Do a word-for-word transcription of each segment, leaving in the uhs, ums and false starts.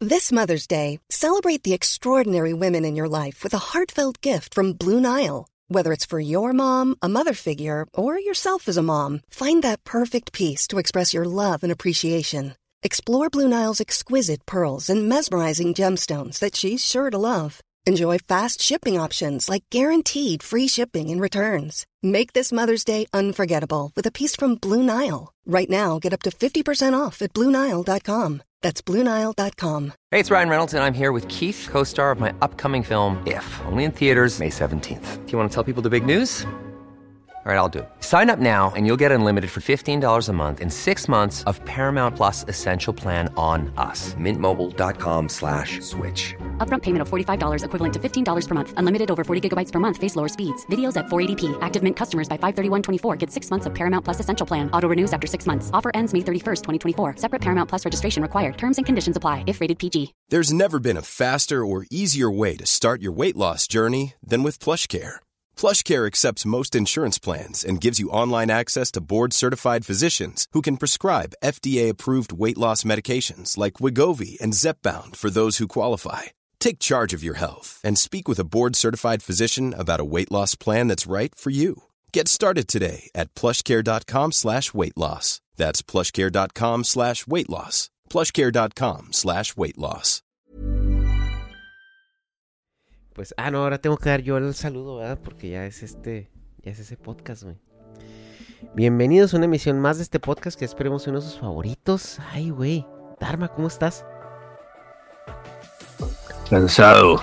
This Mother's Day, celebrate the extraordinary women in your life with a heartfelt gift from Blue Nile. Whether it's for your mom, a mother figure, or yourself as a mom, find that perfect piece to express your love and appreciation. Explore Blue Nile's exquisite pearls and mesmerizing gemstones that she's sure to love. Enjoy fast shipping options like guaranteed free shipping and returns. Make this Mother's Day unforgettable with a piece from Blue Nile. Right now, get up to fifty percent off at Blue Nile dot com. That's Blue Nile dot com. Hey, it's Ryan Reynolds, and I'm here with Keith, co-star of my upcoming film, If, only in theaters May seventeenth. Do you want to tell people the big news? All right, I'll do it. Sign up now and you'll get unlimited for fifteen dollars a month and six months of Paramount Plus Essential Plan on us. Mint Mobile dot com slash switch. Upfront payment of forty-five dollars equivalent to fifteen dollars per month. Unlimited over forty gigabytes per month. Face lower speeds. Videos at four eighty p. Active Mint customers by five thirty-one twenty-four get six months of Paramount Plus Essential Plan. Auto renews after six months. Offer ends May thirty-first, twenty twenty-four. Separate Paramount Plus registration required. Terms and conditions apply if rated P G. There's never been a faster or easier way to start your weight loss journey than with PlushCare. PlushCare accepts most insurance plans and gives you online access to board-certified physicians who can prescribe F D A-approved weight loss medications like Wegovy and Zepbound for those who qualify. Take charge of your health and speak with a board-certified physician about a weight loss plan that's right for you. Get started today at plushcare.com slash weight loss. That's plushcare.com slash weight loss. plushcare.com slash weight loss. Pues, ah, no, ahora tengo que dar yo el saludo, ¿verdad? Porque ya es este, ya es ese podcast, güey. Bienvenidos a una emisión más de este podcast que esperemos uno de sus favoritos. Ay, güey. Dharma, ¿cómo estás? Cansado.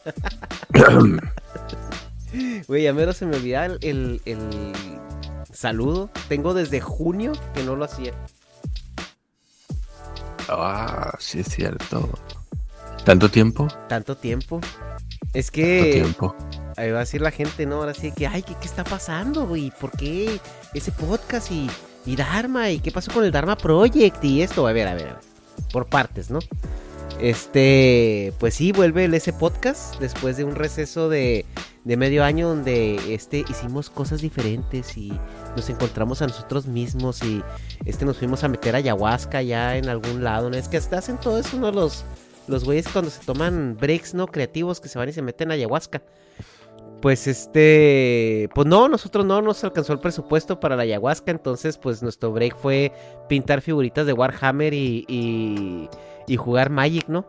Güey, ya mero se me olvidaba el, el, el saludo. Tengo desde junio que no lo hacía. Ah, sí es cierto. ¿Tanto tiempo? Tanto tiempo. Es que tiempo. Ahí va a decir la gente, ¿no? Ahora sí que, ay, ¿qué, qué está pasando, güey? ¿Por qué ese podcast y, y Dharma? ¿Y qué pasó con el Dharma Project y esto? A ver, a ver, a ver. Por partes, ¿no? Este, pues sí, vuelve el ese podcast después de un receso de, de medio año donde este hicimos cosas diferentes y nos encontramos a nosotros mismos y este nos fuimos a meter ayahuasca ya en algún lado, ¿no? Es que hasta hacen todo eso, ¿no? Los Los güeyes cuando se toman breaks, ¿no? Creativos que se van y se meten a ayahuasca. Pues este... Pues no, nosotros no nos alcanzó el presupuesto para la ayahuasca. Entonces, pues nuestro break fue pintar figuritas de Warhammer y... Y, y jugar Magic, ¿no?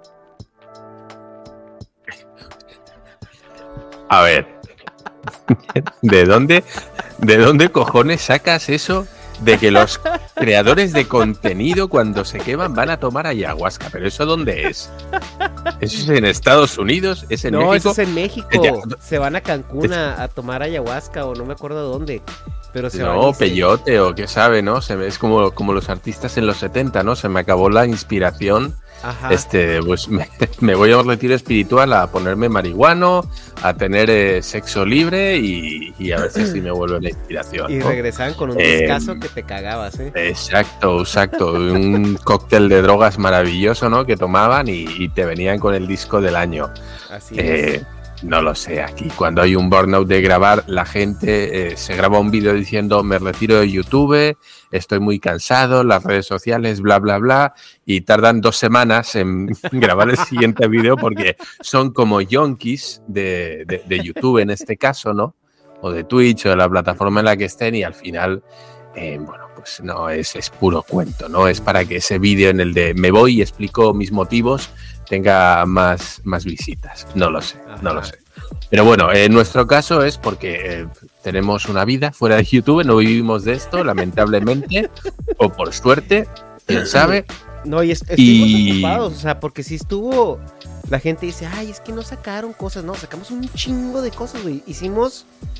A ver. ¿De dónde... ¿De dónde cojones sacas eso? De que los creadores de contenido cuando se queman van a tomar ayahuasca. ¿Pero eso dónde es? ¿Eso es en Estados Unidos? ¿Es en no, México? No, eso es en México. Se van a Cancún a, a tomar ayahuasca o no me acuerdo dónde. Pero se no, peyote se... o qué sabe, ¿no? Se ve, es como, como los artistas en los setenta, ¿no? Se me acabó la inspiración. Ajá. Este, pues me, me voy a un retiro espiritual a ponerme marihuano, a tener eh, sexo libre y, y a ver si así me vuelve la inspiración. Y ¿no? regresaban con un eh, discazo que te cagabas, ¿eh? Exacto, exacto. Un cóctel de drogas maravilloso, ¿no? Que tomaban y, y te venían con el disco del año. Así eh, es. No lo sé, aquí cuando hay un burnout de grabar, la gente eh, se graba un vídeo diciendo me retiro de YouTube, estoy muy cansado, las redes sociales, bla, bla, bla, y tardan dos semanas en grabar el siguiente vídeo porque son como yonkis de, de, de YouTube en este caso, ¿no? O de Twitch o de la plataforma en la que estén y al final, eh, bueno, pues no, es, es puro cuento, ¿no? Es para que ese vídeo en el de me voy y explico mis motivos tenga más, más visitas. No lo sé, Ajá. no lo sé. Pero bueno, en nuestro caso es porque eh, tenemos una vida fuera de YouTube, no vivimos de esto, lamentablemente, o por suerte, quién sabe. No, y estuvimos y... ocupados, o sea, porque si estuvo... La gente dice, ay, es que no sacaron cosas, no, sacamos un chingo de cosas, güey. Hicimos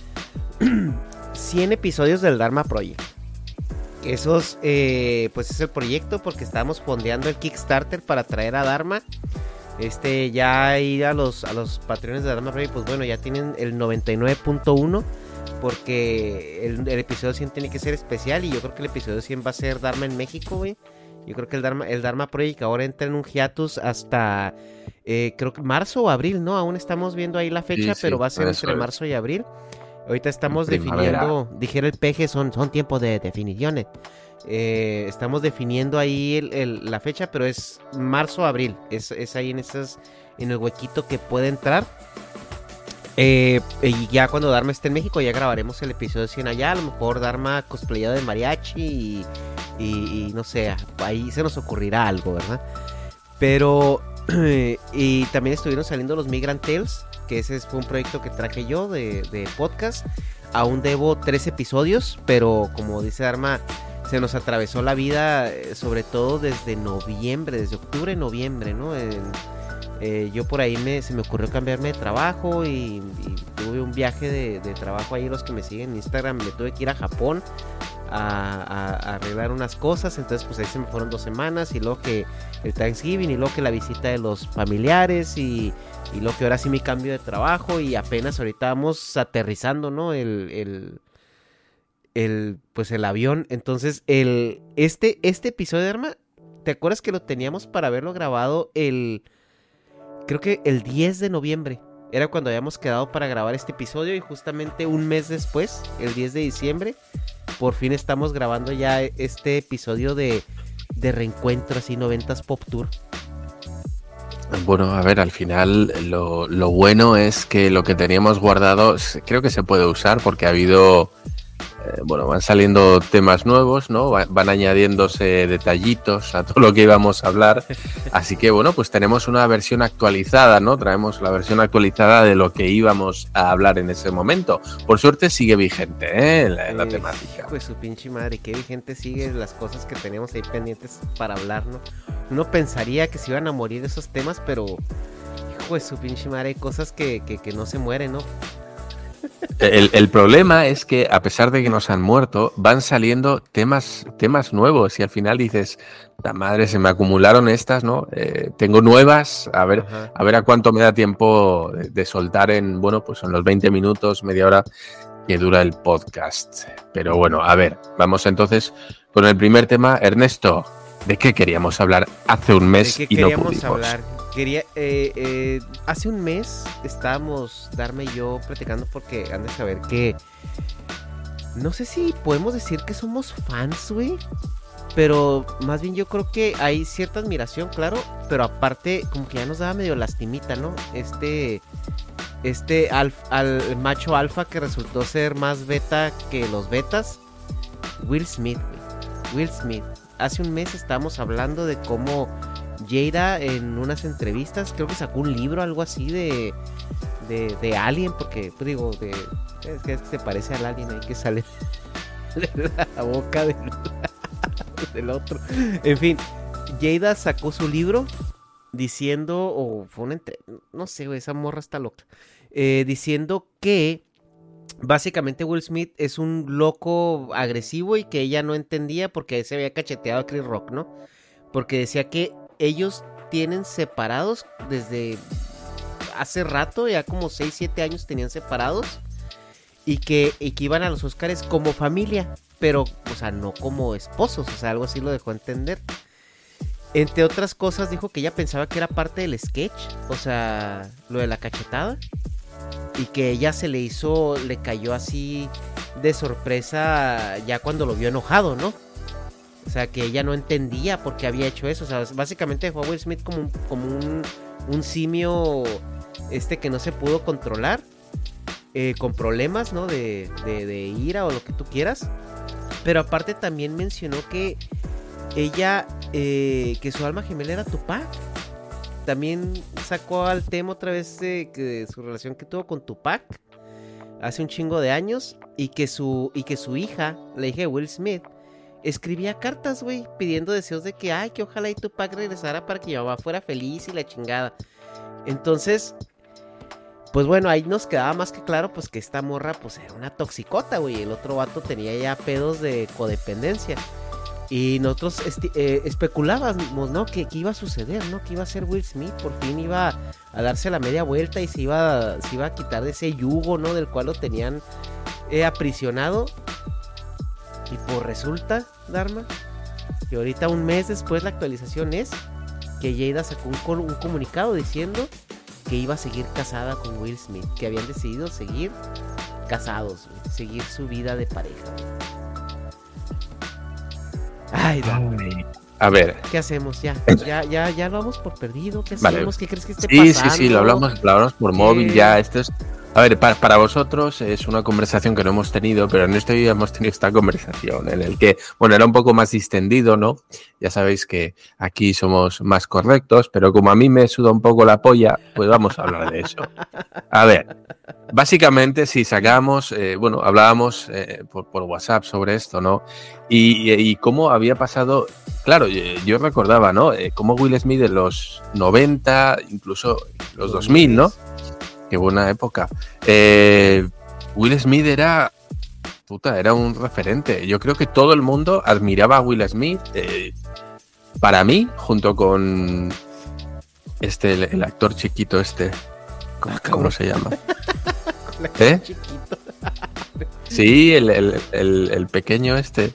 cien episodios del Dharma Project. Esos, eh, pues es el proyecto porque estábamos fondeando el Kickstarter para traer a Dharma. Este, ya ir a los, a los Patreones de Dharma Project, pues bueno, ya tienen el noventa y nueve punto uno porque el, el episodio cien tiene que ser especial y yo creo que el episodio cien va a ser Dharma en México, güey. Yo creo que el Dharma, el Dharma Project ahora entra en un hiatus hasta, eh, creo que marzo o abril, ¿no? Aún estamos viendo ahí la fecha, sí, pero sí, va a ser entre es. marzo y abril. Ahorita estamos definiendo, dijera el peje, son, son tiempos de definiciones. Eh, estamos definiendo ahí el, el, la fecha, pero es marzo-abril. Es, es ahí en esas, en el huequito que puede entrar. Eh, y ya cuando Dharma esté en México, ya grabaremos el episodio cien allá. A lo mejor Dharma cosplayado de mariachi y, y, y no sé, ahí se nos ocurrirá algo, ¿verdad? Pero, y también estuvieron saliendo los Migrant Tales, que ese fue un proyecto que traje yo de, de podcast. Aún debo tres episodios, pero como dice Dharma, se nos atravesó la vida, sobre todo desde noviembre, desde octubre, noviembre, ¿no? En, eh, yo por ahí me, se me ocurrió cambiarme de trabajo y, y tuve un viaje de, de trabajo ahí. Los que me siguen en Instagram, me tuve que ir a Japón a, a, a arreglar unas cosas. Entonces pues ahí se me fueron dos semanas y luego que el Thanksgiving y luego que la visita de los familiares y, y luego que ahora sí mi cambio de trabajo y apenas ahorita vamos aterrizando, ¿no? El... el El, pues el avión. Entonces el este, este episodio de Dharma, ¿te acuerdas que lo teníamos para haberlo grabado el, creo que el diez de noviembre? Era cuando habíamos quedado para grabar este episodio y justamente un mes después, el diez de diciembre, por fin estamos grabando ya este episodio de, de reencuentro, así noventas Pop Tour. Bueno, a ver, al final lo, lo bueno es que lo que teníamos guardado creo que se puede usar porque ha habido... Eh, bueno, van saliendo temas nuevos, ¿no? Va, van añadiéndose detallitos a todo lo que íbamos a hablar. Así que, bueno, pues tenemos una versión actualizada, ¿no? Traemos la versión actualizada de lo que íbamos a hablar en ese momento. Por suerte sigue vigente, ¿eh? La, la eh, temática. Hijo de su pinche madre, qué vigente sigue las cosas que teníamos ahí pendientes para hablar, ¿no? Uno pensaría que se iban a morir esos temas, pero... Hijo de su pinche madre, hay cosas que, que, que no se mueren, ¿no? El, el problema es que a pesar de que nos han muerto, van saliendo temas, temas nuevos y al final dices, la madre, se me acumularon estas, ¿no? Eh, tengo nuevas, a ver, a ver a cuánto me da tiempo de, de soltar en, bueno, pues en los veinte minutos, media hora que dura el podcast. Pero bueno, a ver, vamos entonces con el primer tema. Ernesto, ¿de qué queríamos hablar hace un mes y no pudimos? Hablar? Quería, eh, eh, hace un mes estábamos, Dharma y yo, platicando porque han de saber que... No sé si podemos decir que somos fans, güey. Pero más bien yo creo que hay cierta admiración, claro. Pero aparte, como que ya nos daba medio lastimita, ¿no? Este... Este alf, al macho alfa que resultó ser más beta que los betas. Will Smith, güey. Will Smith. Hace un mes estábamos hablando de cómo... Jada en unas entrevistas, creo que sacó un libro, algo así de de, de Alien, porque pues digo, de, es, que, es que se parece al Alien ahí que sale de la boca del, del otro. En fin, Jada sacó su libro diciendo, o fue una entre... no sé, güey, esa morra está loca, eh, diciendo que básicamente Will Smith es un loco agresivo y que ella no entendía porque se había cacheteado a Chris Rock, ¿no? Porque decía que ellos tienen separados desde hace rato, ya como seis, siete años tenían separados y que, y que iban a los Óscares como familia, pero, o sea, no como esposos, o sea, algo así lo dejó entender. Entre otras cosas dijo que ella pensaba que era parte del sketch, o sea, lo de la cachetada, y que ella se le hizo, le cayó así de sorpresa ya cuando lo vio enojado, ¿no? O sea, que ella no entendía por qué había hecho eso. O sea, básicamente dejó a Will Smith como un, como un, un simio este que no se pudo controlar. Eh, con problemas, ¿no? De, de, de ira o lo que tú quieras. Pero aparte también mencionó que ella, eh, que su alma gemela era Tupac. También sacó al tema otra vez de, de su relación que tuvo con Tupac hace un chingo de años. Y que su, y que su hija, la hija de Will Smith, escribía cartas, güey, pidiendo deseos de que, ay, que ojalá y Tupac regresara para que mi mamá fuera feliz y la chingada. Entonces, pues bueno, ahí nos quedaba más que claro, pues que esta morra, pues era una toxicota, güey. El otro vato tenía ya pedos de codependencia. Y nosotros esti- eh, especulábamos, ¿no? Que, que iba a suceder, ¿no? Que iba a ser Will Smith, por fin iba a darse la media vuelta y se iba, se iba a quitar de ese yugo, ¿no? Del cual lo tenían eh, aprisionado. Y pues resulta, Dharma, que ahorita un mes después la actualización es que Jada sacó un, un comunicado diciendo que iba a seguir casada con Will Smith, que habían decidido seguir casados, güey, seguir su vida de pareja. Ay, Dani. A ver. ¿Qué hacemos? Ya, ya, ya, ya lo vamos por perdido. ¿Qué Vale. hacemos? ¿Qué crees que esté Sí, pasando? sí, sí, lo hablamos, lo hablamos por ¿Qué? móvil ya. Esto es. A ver, para, para vosotros es una conversación que no hemos tenido, pero en este día hemos tenido esta conversación en el que, bueno, era un poco más distendido, ¿no? Ya sabéis que aquí somos más correctos, pero como a mí me suda un poco la polla, pues vamos a hablar de eso. A ver, básicamente si sacamos, eh, bueno, hablábamos eh, por, por WhatsApp sobre esto, ¿no? Y, y, y cómo había pasado, claro, yo, yo recordaba, ¿no? Eh, cómo Will Smith en los noventa, incluso los dos mil, ¿no? Qué buena época. Eh, Will Smith era, puta, era un referente. Yo creo que todo el mundo admiraba a Will Smith. Eh, para mí, junto con este, el, el actor chiquito este, ¿cómo, ¿cómo se llama? ¿Eh? Sí, el, el, el, el pequeño este,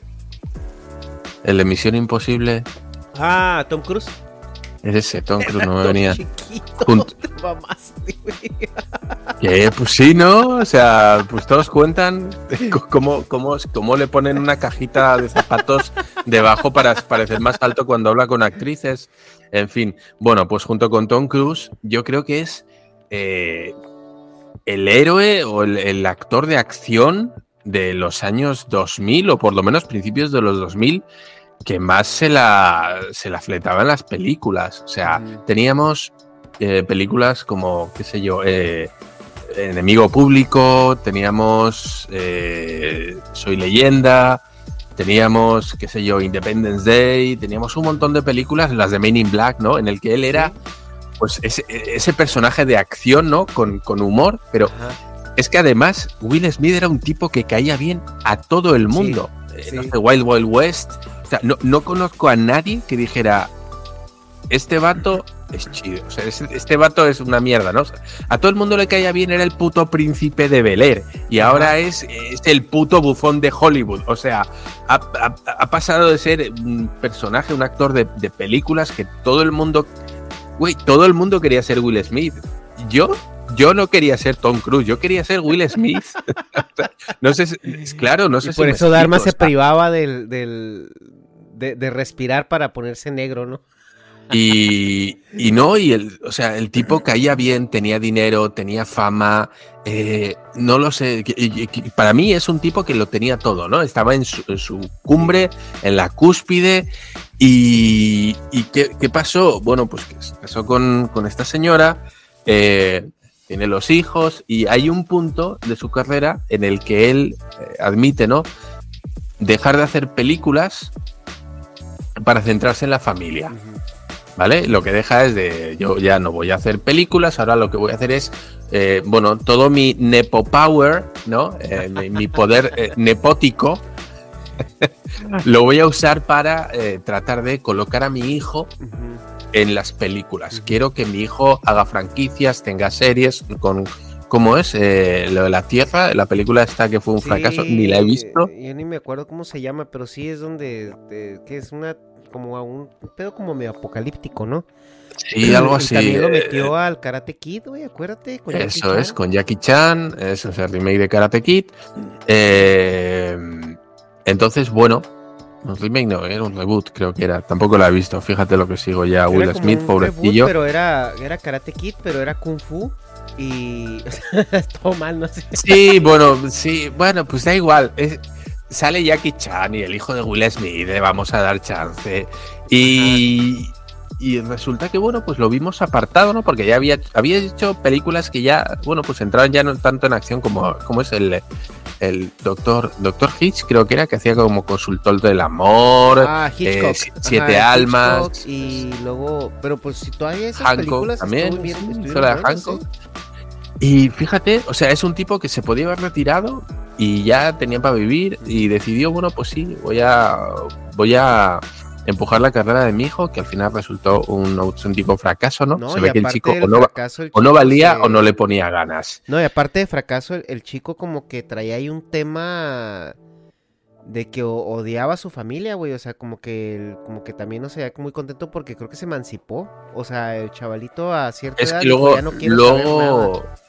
el de Misión Imposible. Ah, Tom Cruise. Es ese, Tom Cruise, no me venía. Chiquito, Junto. te mamaste, güey. Que pues sí, ¿no? O sea, pues todos cuentan cómo, cómo, cómo le ponen una cajita de zapatos debajo para parecer más alto cuando habla con actrices. En fin, bueno, pues junto con Tom Cruise, yo creo que es eh, el héroe o el, el actor de acción de los años dos mil, o por lo menos principios de los dos mil, que más se la, se la fletaba en las películas. O sea, mm. teníamos eh, películas como, qué sé yo, eh, Enemigo Público, teníamos eh, Soy Leyenda, teníamos, qué sé yo, Independence Day, teníamos un montón de películas, las de Men in Black, ¿no? En el que él era, pues, ese, ese personaje de acción, ¿no? Con, con humor, pero Ajá. es que además Will Smith era un tipo que caía bien a todo el mundo. Sí, sí. No sé, Wild Wild West. O sea, no, no conozco a nadie que dijera, este vato es chido, o sea, este vato es una mierda, ¿no? O sea, a todo el mundo le caía bien, era el puto príncipe de Bel-Air y ahora es, es el puto bufón de Hollywood. O sea, ha, ha, ha pasado de ser un personaje, un actor de, de películas que todo el mundo, güey, todo el mundo quería ser Will Smith. Yo... Yo no quería ser Tom Cruise, yo quería ser Will Smith. No sé, es claro, no sé y si por me eso explico, Dharma se está. privaba del, del de, de respirar para ponerse negro, ¿no? Y, y no, y el, o sea, el tipo caía bien, tenía dinero, tenía fama, eh, no lo sé, y, y, para mí es un tipo que lo tenía todo, ¿no? Estaba en su, en su cumbre, en la cúspide, y, y ¿qué, ¿qué pasó? Bueno, pues que se casó con, con esta señora, eh, tiene los hijos, y hay un punto de su carrera en el que él eh, admite, ¿no? Dejar de hacer películas para centrarse en la familia. ¿Vale? Lo que deja es de, yo ya no voy a hacer películas, ahora lo que voy a hacer es, eh, bueno, todo mi nepo power, ¿no? Eh, mi, mi poder eh, nepótico, lo voy a usar para eh, tratar de colocar a mi hijo en las películas. Uh-huh. Quiero que mi hijo haga franquicias, tenga series con... ¿Cómo es? Eh, lo de la Tierra, la película esta que fue un sí, fracaso, ni la he visto. Yo ni me acuerdo cómo se llama, pero sí es donde, de, que es una, como a un pedo como medio apocalíptico, ¿no? Sí, algo así. Y también lo metió al Karate Kid, güey, acuérdate. Con eso es, con Jackie Chan, eso es el remake de Karate Kid. Eh, entonces, bueno, un remake no, era un reboot, creo que era. Tampoco la he visto, fíjate lo que sigo ya, era Will Smith, pobrecillo. Reboot, pero era, era Karate Kid, pero era Kung Fu. Y todo mal, no sé. Sí, bueno, sí, bueno, pues da igual. Es, sale Jackie Chan y el hijo de Will Smith, le vamos a dar chance. Y, y resulta que, bueno, pues lo vimos apartado, ¿no? Porque ya había, había hecho películas que ya, bueno, pues entraban ya no tanto en acción como, como es el, el doctor, doctor Hitch, creo que era, que hacía como consultor del amor, ah, Hitchcock. Eh, Siete Ajá, Almas. Hitchcock y luego, pero pues si todavía esas Hancock películas también, bien, sí, de Hancock. Y fíjate, o sea, es un tipo que se podía haber retirado y ya tenía para vivir y decidió, bueno, pues sí, voy a voy a empujar la carrera de mi hijo, que al final resultó un auténtico fracaso, ¿no? no se ve que el chico, o no, fracaso, el chico o no valía se... o no le ponía ganas. No, y aparte de fracaso, el, el chico como que traía ahí un tema de que odiaba a su familia, güey, o sea, como que el, como que también no se veía muy contento porque creo que se emancipó, o sea, el chavalito a cierta es edad que luego, ya no quiere luego...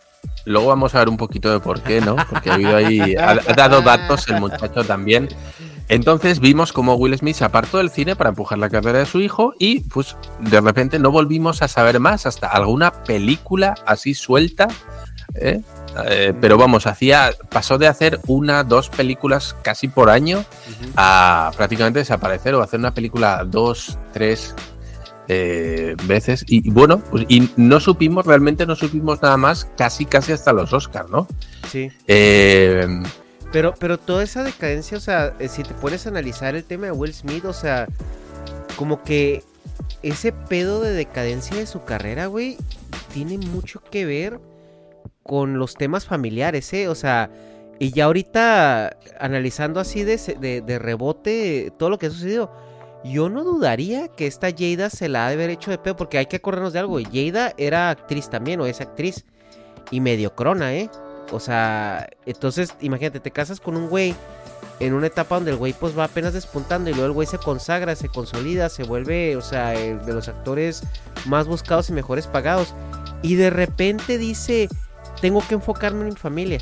luego vamos a ver un poquito de por qué, ¿no? Porque ha habido ahí, ha, ha dado datos el muchacho también. Entonces vimos cómo Will Smith se apartó del cine para empujar la carrera de su hijo y pues de repente no volvimos a saber más hasta alguna película así suelta, ¿eh? Eh, pero vamos, hacía pasó de hacer una, dos películas casi por año uh-huh. a prácticamente desaparecer o hacer una película dos, tres eh, veces y, y bueno, pues y no supimos, realmente no supimos nada más casi casi hasta los Oscars, ¿no? Sí. Eh, Pero, pero toda esa decadencia, o sea, si te pones a analizar el tema de Will Smith, o sea, como que ese pedo de decadencia de su carrera, güey, tiene mucho que ver con los temas familiares, ¿eh? O sea, y ya ahorita analizando así de, de, de rebote todo lo que ha sucedido, yo no dudaría que esta Jada se la ha de haber hecho de pedo, porque hay que acordarnos de algo, Jada era actriz también, o es actriz, y mediocrona, ¿eh? O sea, entonces, imagínate, te casas con un güey en una etapa donde el güey pues va apenas despuntando y luego el güey se consagra, se consolida, se vuelve, o sea, el de los actores más buscados y mejores pagados. Y de repente dice, tengo que enfocarme en mi familia.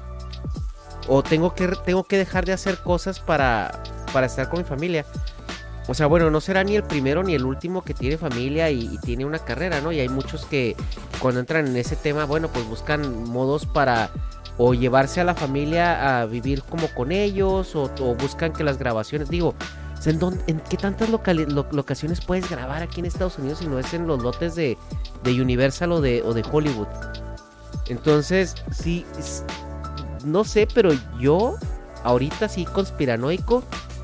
O tengo que, tengo que dejar de hacer cosas para, para estar con mi familia. O sea, bueno, no será ni el primero ni el último que tiene familia y, y tiene una carrera, ¿no? Y hay muchos que cuando entran en ese tema, bueno, pues buscan modos para o llevarse a la familia a vivir como con ellos o, o buscan que las grabaciones, digo, ¿en, dónde, en qué tantas locali- lo, locaciones puedes grabar aquí en Estados Unidos si no es en los lotes de, de Universal o de, o de Hollywood? Entonces, sí, no sé, pero yo ahorita sí conspiranoico,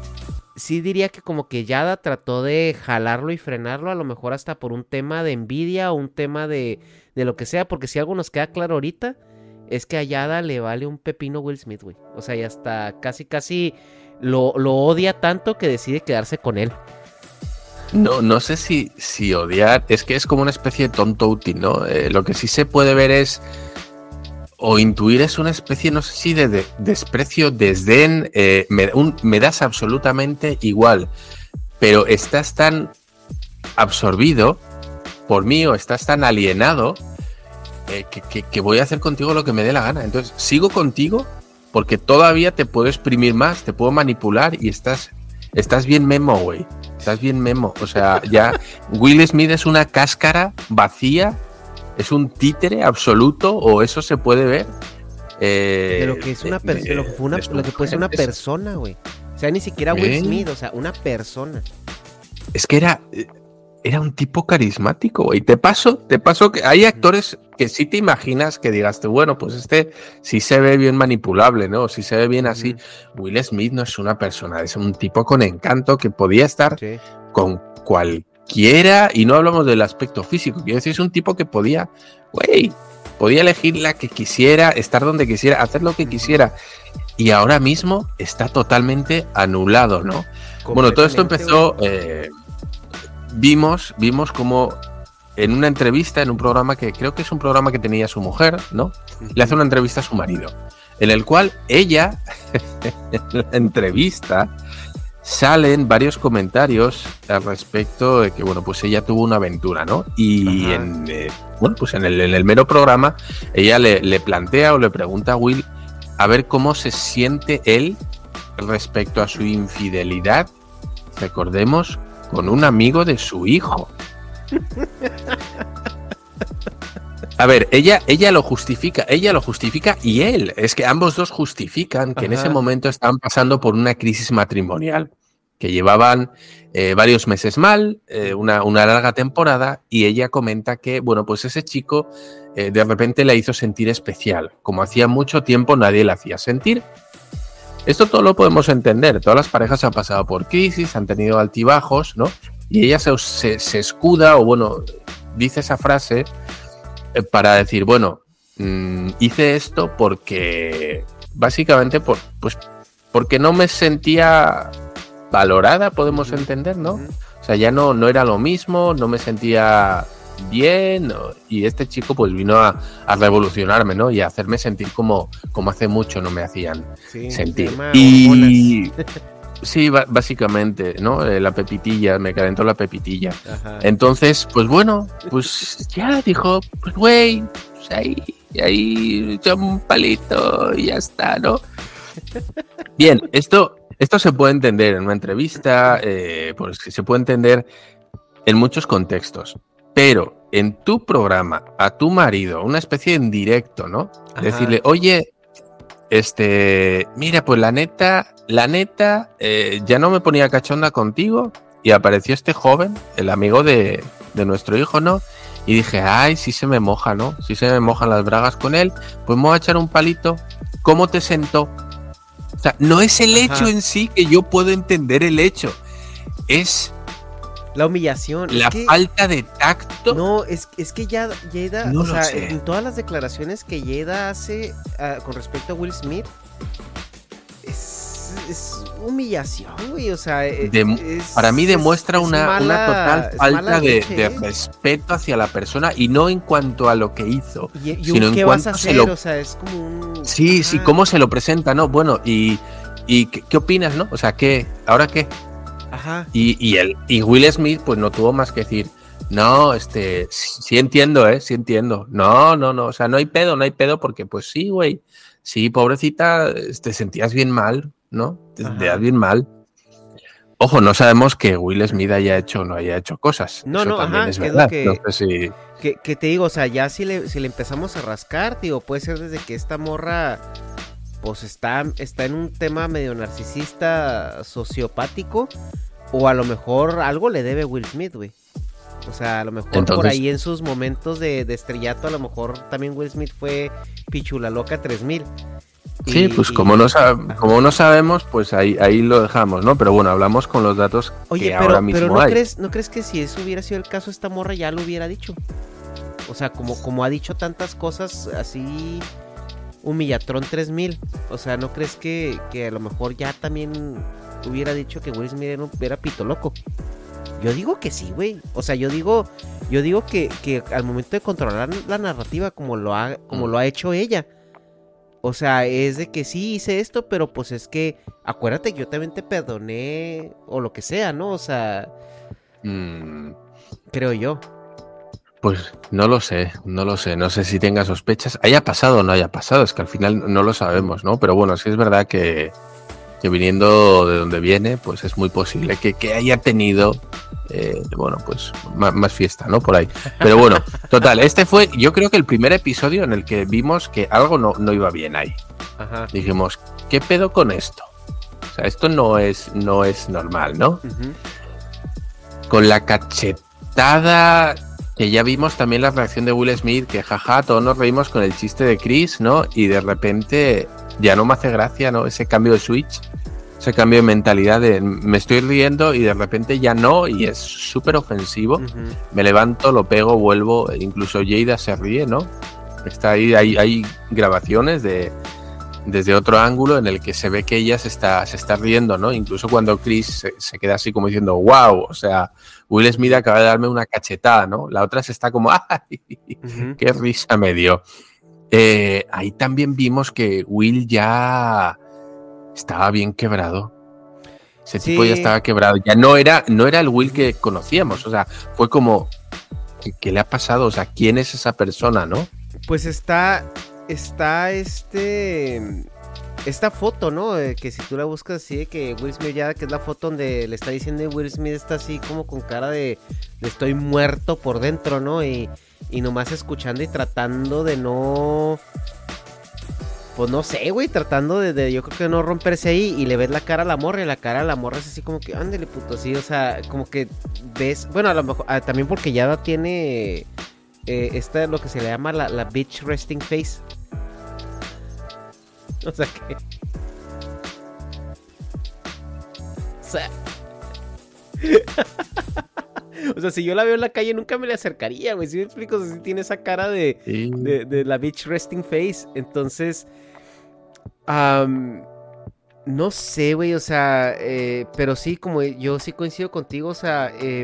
sí diría que como que Jada trató de jalarlo y frenarlo, a lo mejor hasta por un tema de envidia o un tema de, de lo que sea, porque si algo nos queda claro ahorita, es que a Jada le vale un pepino Will Smith, güey. O sea, y hasta casi casi lo, lo odia tanto que decide quedarse con él. No, no sé si, si odiar, es que es como una especie de tonto útil, ¿no? Eh, lo que sí se puede ver es, o intuir es una especie, no sé si de, de desprecio, desdén, eh, me, un, me das absolutamente igual, pero estás tan absorbido por mí o estás tan alienado eh, que, que, que voy a hacer contigo lo que me dé la gana. Entonces sigo contigo porque todavía te puedo exprimir más, te puedo manipular y estás, estás bien memo, güey. Estás bien memo. O sea, ya Will Smith es una cáscara vacía. ¿Es un títere absoluto o eso se puede ver? Eh, de lo que es una persona, lo que fue una, lo que puede ser una persona, güey. O sea, ni siquiera Will Smith, o sea, una persona. Es que era, era un tipo carismático, güey. Te paso, te paso que hay actores que sí te imaginas que digas tú, bueno, pues este sí se ve bien manipulable, ¿no? Sí se ve bien así. Uh-huh. Will Smith no es una persona, es un tipo con encanto que podía estar sí. con cualquier quiera, y no hablamos del aspecto físico, quiero decir, es un tipo que podía, güey, podía elegir la que quisiera, estar donde quisiera, hacer lo que quisiera, y ahora mismo está totalmente anulado, ¿no? Bueno, todo esto empezó, eh, vimos, vimos como en una entrevista, en un programa que creo que es un programa que tenía su mujer, ¿no? Le hace una entrevista a su marido, en el cual ella, en la entrevista, salen varios comentarios al respecto de que, bueno, pues ella tuvo una aventura, ¿no? Y en, eh, bueno, pues en el, en el mero programa ella le, le plantea o le pregunta a Will a ver cómo se siente él respecto a su infidelidad, recordemos, con un amigo de su hijo. A ver, ella, ella lo justifica, ella lo justifica y él, es que ambos dos justifican que Ajá. en ese momento estaban pasando por una crisis matrimonial, que llevaban eh, varios meses mal, eh, una, una larga temporada, y ella comenta que, bueno, pues ese chico eh, de repente la hizo sentir especial, como hacía mucho tiempo nadie la hacía sentir. Esto todo lo podemos entender, todas las parejas han pasado por crisis, han tenido altibajos, ¿no? Y ella se, se, se escuda, o bueno, dice esa frase para decir, bueno, mmm, hice esto porque básicamente por, pues, porque no me sentía valorada, podemos entender, ¿no? O sea, ya no, no era lo mismo, no me sentía bien, ¿no? Y este chico pues vino a, a revolucionarme, ¿no? Y a hacerme sentir como, como hace mucho no me hacían sí, sentir. Y sí, b- básicamente, ¿no? Eh, la pepitilla, me calentó la pepitilla. Ajá. Entonces, pues bueno, pues ya dijo, pues güey, pues ahí, y ahí echa un palito y ya está, ¿no? Bien, esto, esto se puede entender en una entrevista, eh, pues se puede entender en muchos contextos, pero en tu programa, a tu marido, una especie de en directo, ¿no? Ajá. Decirle, oye, este, mira, pues la neta, la neta, eh, ya no me ponía cachonda contigo y apareció este joven, el amigo de, de nuestro hijo, ¿no? Y dije, ay, sí se me moja, ¿no? Sí se me mojan las bragas con él, pues me voy a echar un palito. ¿Cómo te sentó? O sea, no es el hecho Ajá. en sí que yo puedo entender el hecho, es... La humillación. La es que, falta de tacto. No, es, es que ya Jada, no o sea, sé. en todas las declaraciones que Jada hace uh, con respecto a Will Smith, es, es humillación, güey, o sea, de, es, para mí demuestra es, una, es mala, una total falta de, leche, de ¿eh? respeto hacia la persona y no en cuanto a lo que hizo, y, y sino ¿qué en vas cuanto a hacer? se lo... O sea, es como un... Sí, ah. sí, cómo se lo presenta, ¿no? Bueno, y, y ¿qué, qué opinas, no? O sea, ¿qué? ¿Ahora qué? Ajá. Y, y, el, y Will Smith, pues no tuvo más que decir, no, este, sí entiendo, ¿eh? Sí entiendo. No, no, no, o sea, no hay pedo, no hay pedo, porque pues sí, güey, sí, pobrecita, te sentías bien mal, ¿no? Te Ajá. sentías bien mal. Ojo, no sabemos que Will Smith haya hecho o no haya hecho cosas. No, Eso no, también ajá, es que es verdad. lo que, no sé si... que, que te digo, o sea, ya si le, si le empezamos a rascar, digo, puede ser desde que esta morra, pues está, está en un tema medio narcisista, sociopático, o a lo mejor algo le debe Will Smith, güey. O sea, a lo mejor Entonces, por ahí en sus momentos de, de estrellato, a lo mejor también Will Smith fue Pichula Loca tres mil. Sí, y, pues y, como, no sab- como no sabemos, pues ahí, ahí lo dejamos, ¿no? Pero bueno, hablamos con los datos Oye, que pero, ahora mismo pero ¿no hay. crees, ¿no crees que si eso hubiera sido el caso, esta morra ya lo hubiera dicho? O sea, como, como ha dicho tantas cosas así, Humillatron tres mil. O sea, ¿no crees que, que a lo mejor ya también hubiera dicho que Will Smith era, era pito loco? Yo digo que sí, güey. O sea, yo digo, yo digo que, que al momento de controlar la narrativa como lo ha, como mm. lo ha hecho ella. O sea, es de que sí hice esto, pero pues es que acuérdate que yo también te perdoné o lo que sea, ¿no? O sea, mm. creo yo. Pues no lo sé, no lo sé, no sé si tenga sospechas, haya pasado o no haya pasado, es que al final no lo sabemos, ¿no? Pero bueno, sí es verdad que, que viniendo de donde viene, pues es muy posible que, que haya tenido, eh, bueno, pues más, más fiesta, ¿no? Por ahí. Pero bueno, total, este fue, yo creo que el primer episodio en el que vimos que algo no, no iba bien ahí. Ajá. Dijimos, ¿qué pedo con esto? O sea, esto no es, no es normal, ¿no? Uh-huh. Con la cachetada... Que ya vimos también la reacción de Will Smith, que jaja, todos nos reímos con el chiste de Chris, ¿no? Y de repente ya no me hace gracia, ¿no? Ese cambio de switch, ese cambio de mentalidad de me estoy riendo y de repente ya no, y es súper ofensivo. Uh-huh. Me levanto, lo pego, vuelvo, incluso Jada se ríe, ¿no? Está ahí, hay, hay grabaciones de desde otro ángulo en el que se ve que ella se está, se está riendo, ¿no? Incluso cuando Chris se, se queda así como diciendo, wow, o sea, Will Smith acaba de darme una cachetada, ¿no? La otra se está como, ¡ay! Uh-huh. ¡Qué risa me dio! Eh, ahí también vimos que Will ya estaba bien quebrado. Ese sí. tipo ya estaba quebrado. Ya no era, no era el Will que conocíamos. O sea, fue como, ¿qué, qué le ha pasado? O sea, ¿quién es esa persona, no? Pues está... Está este esta foto, ¿no? Eh, que si tú la buscas así de que Will Smith ya, que es la foto donde le está diciendo Will Smith está así como con cara de, de estoy muerto por dentro, ¿no? Y, y nomás escuchando y tratando de no... Pues no sé, güey, tratando de, de yo creo que no romperse ahí y le ves la cara a la morra y la cara a la morra es así como que, ándale puto, así, o sea, como que ves, bueno, a lo mejor, ah, también porque ya tiene... Eh, esta es lo que se le llama la, la bitch resting face. O sea que... O sea... o sea, si yo la veo en la calle nunca me le acercaría, güey. Si me explico, o sea, si tiene esa cara de, sí. de, de la bitch resting face. Entonces... Um, no sé, güey, o sea... Eh, pero sí, como yo sí coincido contigo, o sea... Eh,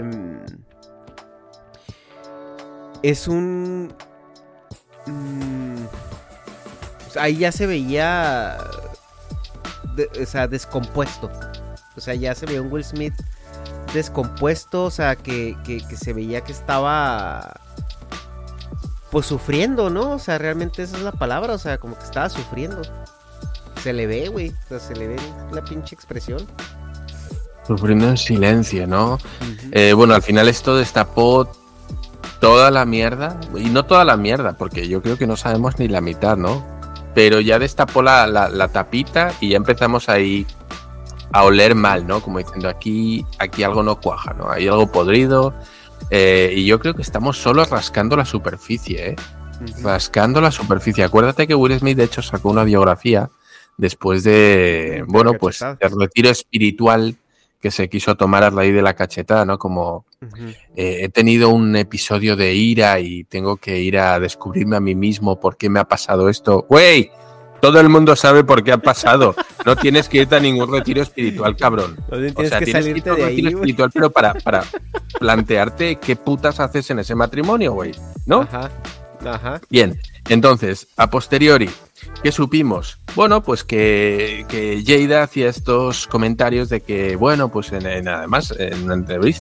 Es un... Mmm, o sea, ahí ya se veía... De, o sea, descompuesto. O sea, ya se veía un Will Smith descompuesto. O sea, que, que, que se veía que estaba... pues sufriendo, ¿no? O sea, realmente esa es la palabra, o sea, como que estaba sufriendo. Se le ve, güey, o sea, se le ve la pinche expresión. Sufriendo en silencio, ¿no? Uh-huh. Eh, bueno, al final esto destapó toda la mierda, y no toda la mierda, porque yo creo que no sabemos ni la mitad, ¿no? Pero ya destapó la, la, la tapita y ya empezamos ahí a oler mal, ¿no? Como diciendo, aquí, aquí algo no cuaja, ¿no? Hay algo podrido. Eh, y yo creo que estamos solo rascando la superficie, ¿eh? Uh-huh. Rascando la superficie. Acuérdate que Will Smith, de hecho, sacó una biografía después de, uh-huh. bueno, pues el retiro espiritual que se quiso tomar a raíz de la cachetada, ¿no? Como uh-huh. eh, he tenido un episodio de ira y tengo que ir a descubrirme a mí mismo por qué me ha pasado esto. ¡Güey! Todo el mundo sabe por qué ha pasado. No tienes que irte a ningún retiro espiritual, cabrón. Tienes o sea, que tienes que irte a un retiro ahí, espiritual, pero para, para plantearte qué putas haces en ese matrimonio, güey, ¿no? Ajá, ajá. Bien, entonces, a posteriori, ¿qué supimos? Bueno, pues que, que Jada hacía estos comentarios de que, bueno, pues en, en, además, en una entrevista.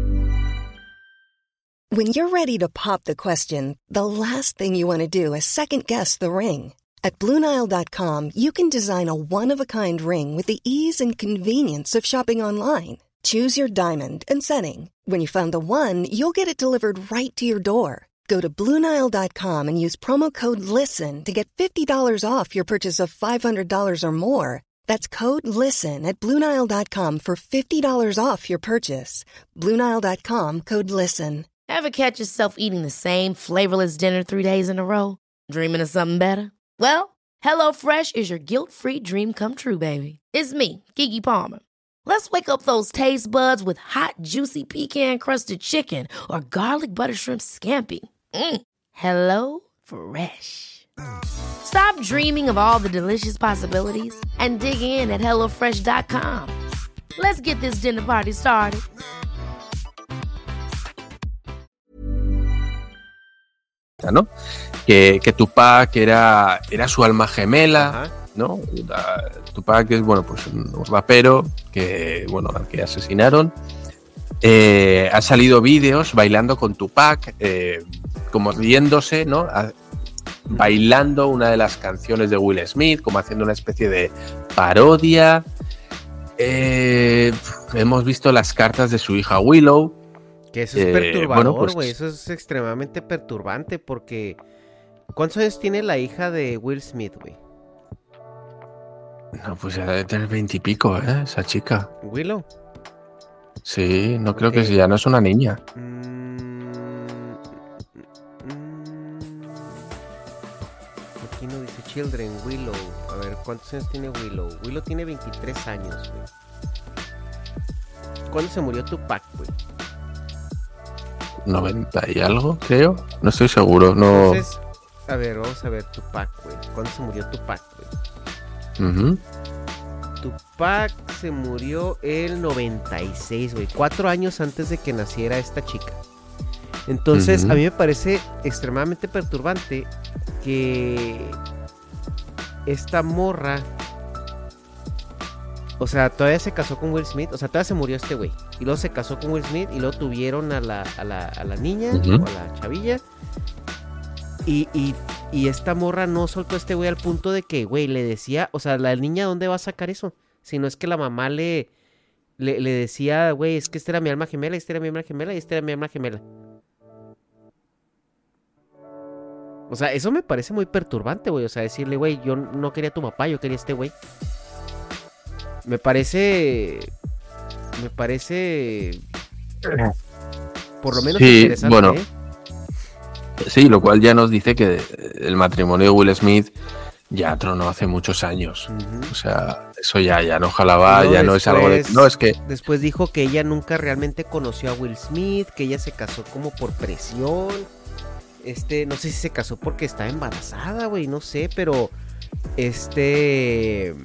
When you're ready to pop the question, the last thing you want to do is second guess the ring. At Blue Nile dot com, you can design a one-of-a-kind ring with the ease and convenience of shopping online. Choose your diamond and setting. When you find the one, you'll get it delivered right to your door. Go to Blue Nile dot com and use promo code LISTEN to get fifty dollars off your purchase of five hundred dollars or more. That's code LISTEN at Blue Nile dot com for fifty dollars off your purchase. Blue Nile dot com, code LISTEN. Ever catch yourself eating the same flavorless dinner three days in a row? Dreaming of something better? Well, HelloFresh is your guilt-free dream come true, baby. It's me, Keke Palmer. Let's wake up those taste buds with hot, juicy pecan-crusted chicken or garlic butter shrimp scampi. Mm. Hello Fresh. Stop dreaming of all the delicious possibilities and dig in at hello fresh dot com. Let's get this dinner party started. ¿No? Que, que Tupac era, era su alma gemela, ajá, ¿no? Tupac es, bueno, pues un rapero que, bueno, al que asesinaron. Eh, ha salido vídeos bailando con Tupac, eh, como riéndose, ¿no? A, bailando una de las canciones de Will Smith, como haciendo una especie de parodia. Eh, hemos visto las cartas de su hija Willow. Que eso es eh, perturbador, güey, bueno, pues, eso es extremadamente perturbante porque... ¿Cuántos años tiene la hija de Will Smith, güey? No, pues ya debe tener veintipico, ¿eh? Esa chica. ¿Willow? Sí, no creo okay. que ya no es una niña. Mm, mm, aquí no dice Children, Willow. A ver, ¿cuántos años tiene Willow? Willow tiene veintitrés años, güey. ¿Cuándo se murió Tupac, güey? noventa y algo, creo. No estoy seguro, no... Entonces, a ver, vamos a ver Tupac, güey. ¿Cuándo se murió Tupac, güey? Uh-huh. Tupac se murió el noventa y seis, güey. Cuatro años antes de que naciera esta chica. Entonces, uh-huh. a mí me parece extremadamente perturbante que esta morra... O sea, todavía se casó con Will Smith. O sea, todavía se murió este güey. Y luego se casó con Will Smith. Y luego tuvieron a la, a la, a la niña, uh-huh. o a la chavilla. Y, y, y esta morra no soltó a este güey al punto de que, güey, le decía... O sea, la niña, ¿dónde va a sacar eso? Si no es que la mamá le, le, le decía, güey, es que esta era mi alma gemela, esta era mi alma gemela y esta era mi alma gemela. O sea, eso me parece muy perturbante, güey. O sea, decirle, güey, yo no quería a tu papá, yo quería a este güey. Me parece... Me parece... Por lo menos sí, interesante, bueno, ¿eh? Sí, lo cual ya nos dice que el matrimonio de Will Smith ya tronó hace muchos años. Uh-huh. O sea, eso ya, ya no jalaba, no, ya no después, es algo de... No, es que... Después dijo que ella nunca realmente conoció a Will Smith, que ella se casó como por presión. Este, no sé si se casó porque estaba embarazada, güey, no sé, pero... Este...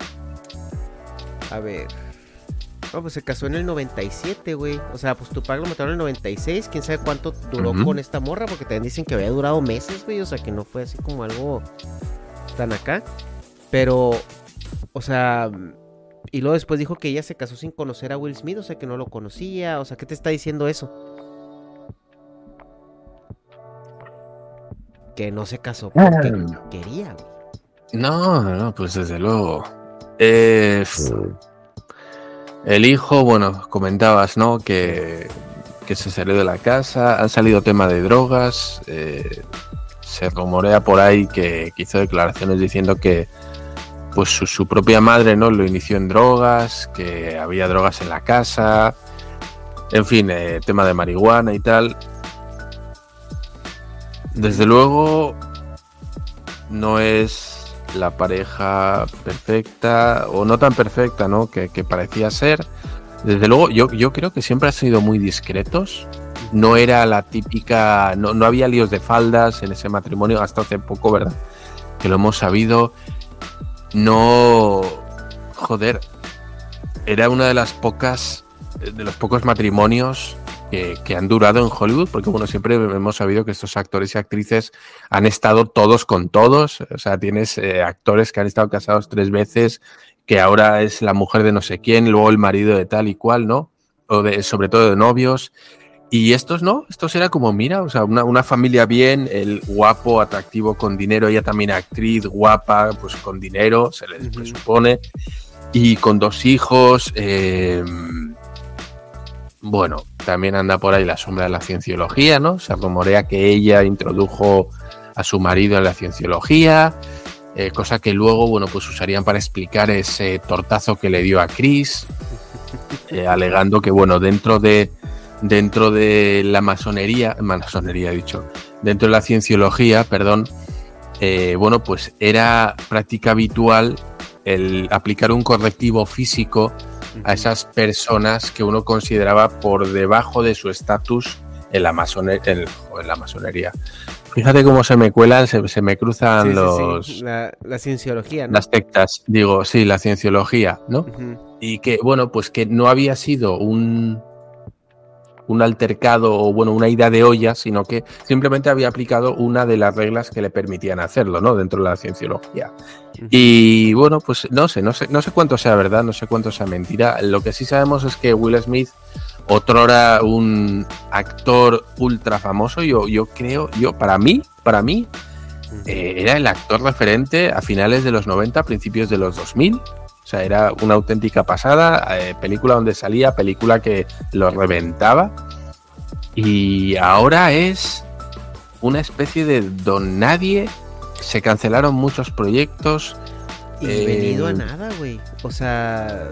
A ver... No, pues se casó en el noventa y siete, güey. O sea, pues Tupac lo mataron en el noventa y seis. Quién sabe cuánto duró uh-huh. con esta morra, porque también dicen que había durado meses, güey. O sea, que no fue así como algo tan acá. Pero, o sea... Y luego después dijo que ella se casó sin conocer a Will Smith, o sea, que no lo conocía. O sea, ¿qué te está diciendo eso? que no se casó porque ah. quería, güey. No, no, pues desde luego. Eh, el hijo, bueno, comentabas, ¿no? Que, que se salió de la casa, han salido temas de drogas, eh, se rumorea por ahí que, que hizo declaraciones diciendo que pues su, su propia madre, ¿no? Lo inició en drogas, que había drogas en la casa, en fin, eh, tema de marihuana y tal. Desde luego no es la pareja perfecta o no tan perfecta, ¿no? Que, que parecía ser. Desde luego yo, yo creo que siempre han sido muy discretos. No era la típica, no, no había líos de faldas en ese matrimonio hasta hace poco, ¿verdad? Que lo hemos sabido. No, joder, era una de las pocas, de los pocos matrimonios que, que han durado en Hollywood, porque bueno, siempre hemos sabido que estos actores y actrices han estado todos con todos. O sea, tienes eh, actores que han estado casados tres veces, que ahora es la mujer de no sé quién, luego el marido de tal y cual, ¿no? O de, sobre todo de novios. Y estos no, estos era como, mira, o sea, una, una familia bien, el guapo, atractivo, con dinero, ella también actriz, guapa, pues con dinero, se les presupone, y con dos hijos. Eh, bueno, también anda por ahí la sombra de la cienciología, ¿no? Se rumorea que ella introdujo a su marido en la cienciología, eh, cosa que luego, bueno, pues usarían para explicar ese tortazo que le dio a Chris, eh, alegando que, bueno, dentro de dentro de la masonería, masonería he dicho, dentro de la cienciología, perdón, eh, bueno, pues era práctica habitual el aplicar un correctivo físico a esas personas que uno consideraba por debajo de su estatus en la masonería, en, en la masonería. Fíjate cómo se me cuelan, se, se me cruzan sí, los... Sí, sí. La, la cienciología, ¿no? Las sectas, digo, sí, la cienciología, ¿no? Uh-huh. Y que, bueno, pues que no había sido un... un altercado o bueno, una ida de olla, sino que simplemente había aplicado una de las reglas que le permitían hacerlo, ¿no? Dentro de la cienciología. Uh-huh. Y bueno, pues no sé, no sé, no sé cuánto sea verdad, no sé cuánto sea mentira. Lo que sí sabemos es que Will Smith, otrora un actor ultra famoso, yo, yo creo, yo, para mí, para mí, uh-huh. eh, era el actor referente a finales de los noventa, principios de los dos mil. O sea, era una auténtica pasada, eh, película donde salía, película que lo reventaba. Y ahora es una especie de don nadie. Se cancelaron muchos proyectos. Y eh, venido a nada, güey. O sea...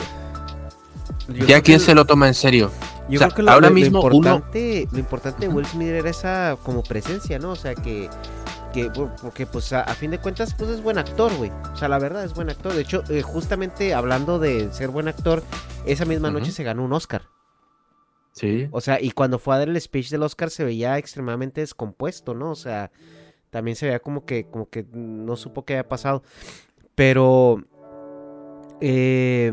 ¿Ya quién se lo toma en serio? Yo o sea, creo que lo, ahora lo, mismo lo importante, uno... lo importante de Will Smith era esa como presencia, ¿no? O sea, que... Que, porque pues a, a fin de cuentas pues es buen actor, güey. O sea, la verdad es buen actor. De hecho, eh, justamente hablando de ser buen actor, esa misma uh-huh. noche se ganó un Oscar. Sí. O sea, y cuando fue a dar el speech del Oscar se veía extremadamente descompuesto, ¿no? O sea, también se veía como que, como que no supo qué había pasado. Pero eh,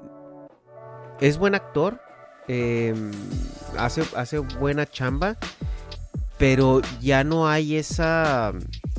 es buen actor. Eh, hace, hace buena chamba. Pero ya no hay esa...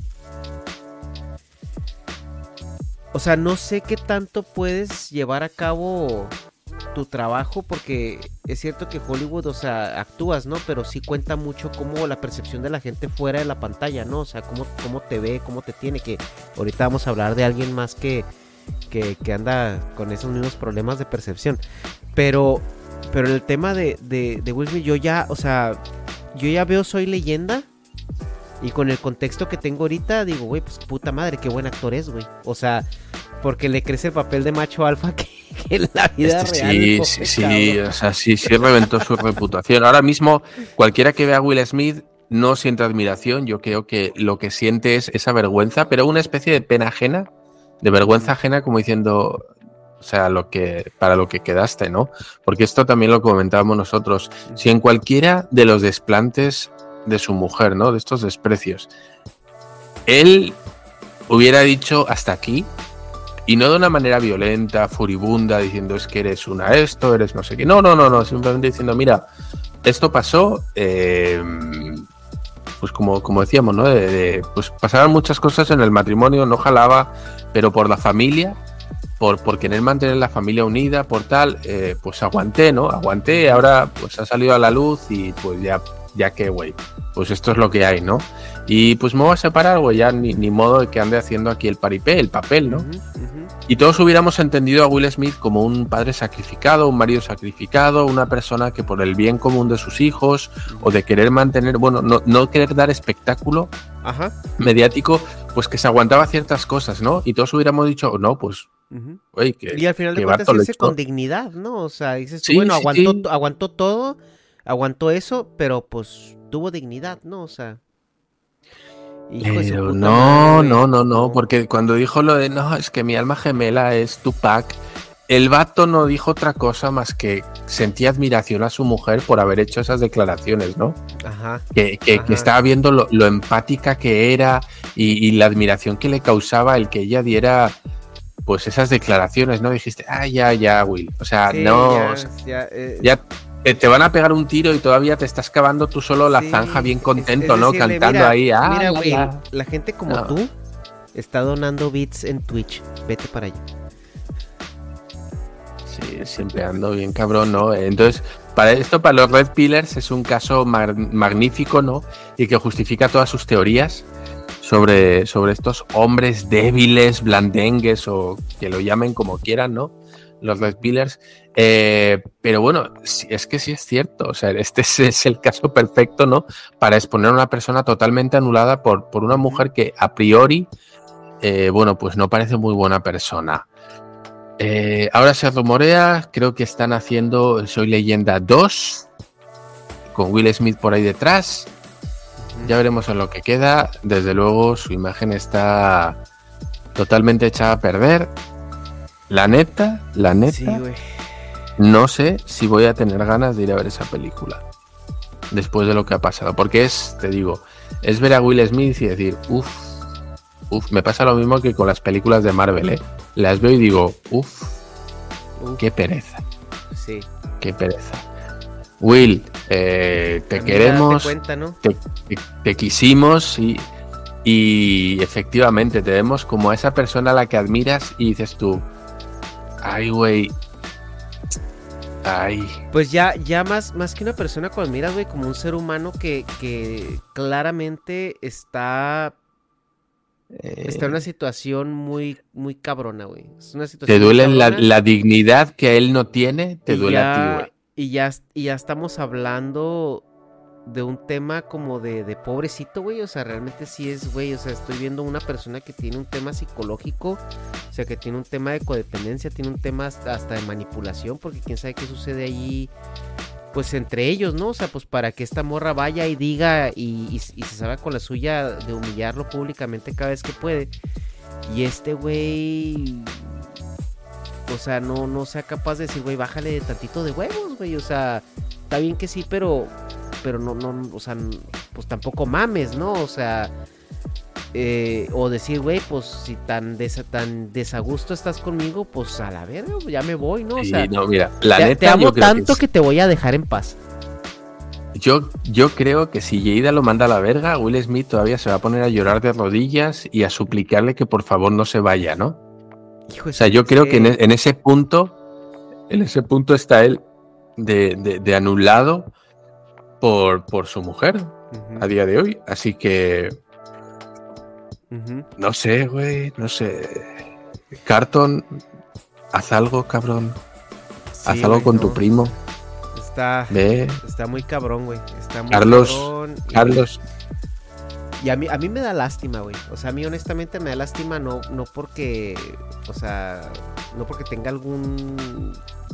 O sea, no sé qué tanto puedes llevar a cabo tu trabajo, porque es cierto que Hollywood, o sea, actúas, ¿no? Pero sí cuenta mucho como la percepción de la gente fuera de la pantalla, ¿no? O sea, cómo, cómo te ve, cómo te tiene, que ahorita vamos a hablar de alguien más que, que, que anda con esos mismos problemas de percepción. Pero, pero el tema de, de, de Will Smith, yo ya, o sea... Yo ya veo Soy Leyenda y con el contexto que tengo ahorita digo, güey, pues puta madre, qué buen actor es, güey. O sea, porque le crece el papel de macho alfa que, que en la vida este, real. Sí, pobre, sí, sí, o sea, sí, sí reventó su reputación. Ahora mismo, cualquiera que vea a Will Smith no siente admiración. Yo creo que lo que siente es esa vergüenza, pero una especie de pena ajena, de vergüenza ajena, como diciendo... O sea, lo que para lo que quedaste, ¿no? Porque esto también lo comentábamos nosotros. Si en cualquiera de los desplantes de su mujer, ¿no? De estos desprecios, él hubiera dicho hasta aquí, y no de una manera violenta, furibunda, diciendo es que eres una esto, eres no sé qué. No, no, no, no. Simplemente diciendo, mira, esto pasó, eh, pues como, como decíamos, ¿no? De, de, pues pasaron muchas cosas en el matrimonio, no jalaba, pero por la familia... Por, por querer mantener la familia unida, por tal, eh, pues aguanté, ¿no? Aguanté, ahora pues ha salido a la luz y pues ya, ya que, güey. pues esto es lo que hay, ¿no? Y pues me voy a separar, güey, ya ni, ni modo de que ande haciendo aquí el paripé, el papel, ¿no? Uh-huh, uh-huh. Y todos hubiéramos entendido a Will Smith como un padre sacrificado, un marido sacrificado, una persona que por el bien común de sus hijos o de querer mantener, bueno, no, no querer dar espectáculo Ajá. mediático, pues que se aguantaba ciertas cosas, ¿no? Y todos hubiéramos dicho, no, pues... Uh-huh. Wey, que, y al final de cuentas irse con dignidad, ¿no? O sea, dices tú, sí, bueno, aguantó, sí. aguantó todo, aguantó eso, pero pues tuvo dignidad, ¿no? O sea... Pero no, madre, no, no, no, porque cuando dijo lo de no, es que mi alma gemela es Tupac, el vato no dijo otra cosa más que sentía admiración a su mujer por haber hecho esas declaraciones, ¿no? Ajá. Que, que, Ajá. que estaba viendo lo, lo empática que era y, y la admiración que le causaba el que ella diera pues esas declaraciones, ¿no? Dijiste, ah, ya, ya, Will, o sea, sí, no, ya, o sea, ya, eh... ya te van a pegar un tiro y todavía te estás cavando tú solo la sí, zanja bien contento, es, es decirle, ¿no? Cantando mira, ahí. Ah, mira, güey, la, la gente como no. tú está donando bits en Twitch. Vete para allá. Sí, siempre ando bien cabrón, ¿no? Entonces, para esto, para los Red Pillars es un caso mag- magnífico, ¿no? Y que justifica todas sus teorías sobre, sobre estos hombres débiles, blandengues o que lo llamen como quieran, ¿no? Los Red Pillars, eh, pero bueno, es que sí es cierto, o sea, este es, es el caso perfecto, ¿no? Para exponer a una persona totalmente anulada por, por una mujer que a priori, eh, bueno, pues no parece muy buena persona. Eh, ahora se rumorea, creo que están haciendo Soy Leyenda dos, con Will Smith por ahí detrás, ya veremos en lo que queda, desde luego su imagen está totalmente echada a perder. La neta, la neta, sí, no sé si voy a tener ganas de ir a ver esa película después de lo que ha pasado, porque es, te digo, es ver a Will Smith y decir, uff, uff, me pasa lo mismo que con las películas de Marvel, ¿eh? Las veo y digo, uff, qué pereza, sí, qué pereza. Will, eh, te queremos, cuenta, ¿no? te, te, te quisimos y, y efectivamente te vemos como a esa persona a la que admiras y dices tú, ay, güey. Ay. Pues ya, ya más, más que una persona cuando miras, güey, como un ser humano que, que claramente está, eh... está en una situación muy, muy cabrona, güey. Es una situación ¿Te duele la, la dignidad que él no tiene? Te duele ya, a ti, güey. Y ya, y ya estamos hablando de un tema como de, de pobrecito, güey, o sea, realmente sí es, güey, o sea, estoy viendo una persona que tiene un tema psicológico, o sea, que tiene un tema de codependencia, tiene un tema hasta, hasta de manipulación, porque quién sabe qué sucede allí, pues, entre ellos, ¿no? O sea, pues, para que esta morra vaya y diga y, y, y se salga con la suya de humillarlo públicamente cada vez que puede, y este güey, o sea, no, no sea capaz de decir, güey, bájale de tantito de huevos, güey, o sea, está bien que sí, pero... pero no, no, o sea, pues tampoco mames, ¿no? O sea, eh, o decir, güey, pues si tan, des, tan desagusto estás conmigo, pues a la verga, ya me voy, ¿no? O sea, sí, no, mira, la te, neta, te amo yo creo tanto que, que te voy a dejar en paz. Yo, yo creo que si Yeida lo manda a la verga, Will Smith todavía se va a poner a llorar de rodillas y a suplicarle que por favor no se vaya, ¿no? Hijo, o sea, yo creo que, que en, en ese punto, en ese punto está él de, de, de anulado por, por su mujer uh-huh. a día de hoy. Así que uh-huh. no sé, güey, no sé. Carton, haz algo, cabrón. Sí, haz algo wey, con no. tu primo. Está, Ve. está muy cabrón, güey. Está muy Carlos, cabrón. Y, Carlos. Y a mí, a mí me da lástima, güey. O sea, a mí honestamente me da lástima no, no porque, o sea, no porque tenga algún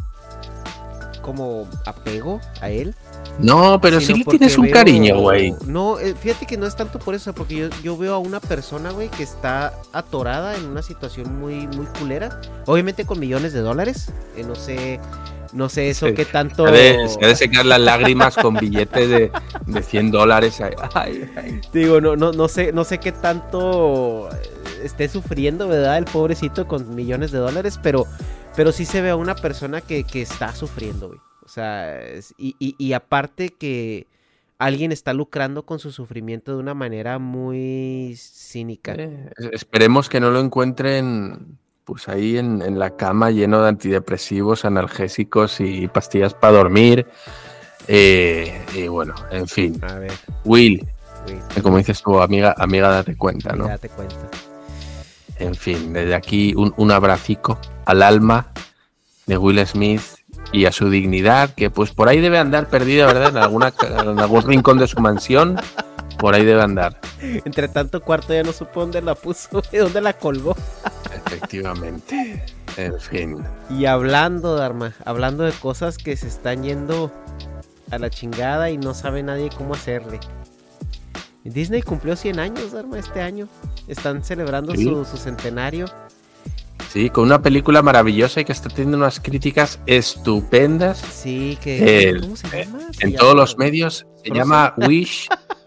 como apego a él. No, pero sí le tienes un veo, cariño, güey. No, eh, fíjate que no es tanto por eso, porque yo, yo veo a una persona, güey, que está atorada en una situación muy, muy culera. Obviamente con millones de dólares. Eh, no sé, no sé eso sí, qué tanto... Se ha de, se ha de secar las lágrimas con billetes de, de cien dólares. Ay, ay. Digo, no, no, no sé, no sé qué tanto esté sufriendo, ¿verdad? El pobrecito con millones de dólares, pero... Pero sí se ve a una persona que, que está sufriendo, güey. O sea, y, y, y aparte que alguien está lucrando con su sufrimiento de una manera muy cínica. Eh, esperemos que no lo encuentren pues ahí en, en la cama lleno de antidepresivos, analgésicos y pastillas para dormir. Eh, y bueno, en fin. A ver. Will, güey. Como dices tú, amiga, amiga, date cuenta, ¿no? Date cuenta. En fin, desde aquí un, un abracico al alma de Will Smith y a su dignidad, que pues por ahí debe andar perdida, ¿verdad? En, alguna, en algún rincón de su mansión, por ahí debe andar. Entre tanto cuarto ya no supo dónde la puso, dónde la colgó. Efectivamente, en fin. Y hablando, Dharma, hablando de cosas que se están yendo a la chingada y no sabe nadie cómo hacerle. Disney cumplió cien años, Dharma, este año. Están celebrando ¿Sí? su, su centenario. Sí, con una película maravillosa y que está teniendo unas críticas estupendas. Sí, que... Eh, ¿Cómo se llama? Se en llama... todos los medios se Frozen. llama Wish.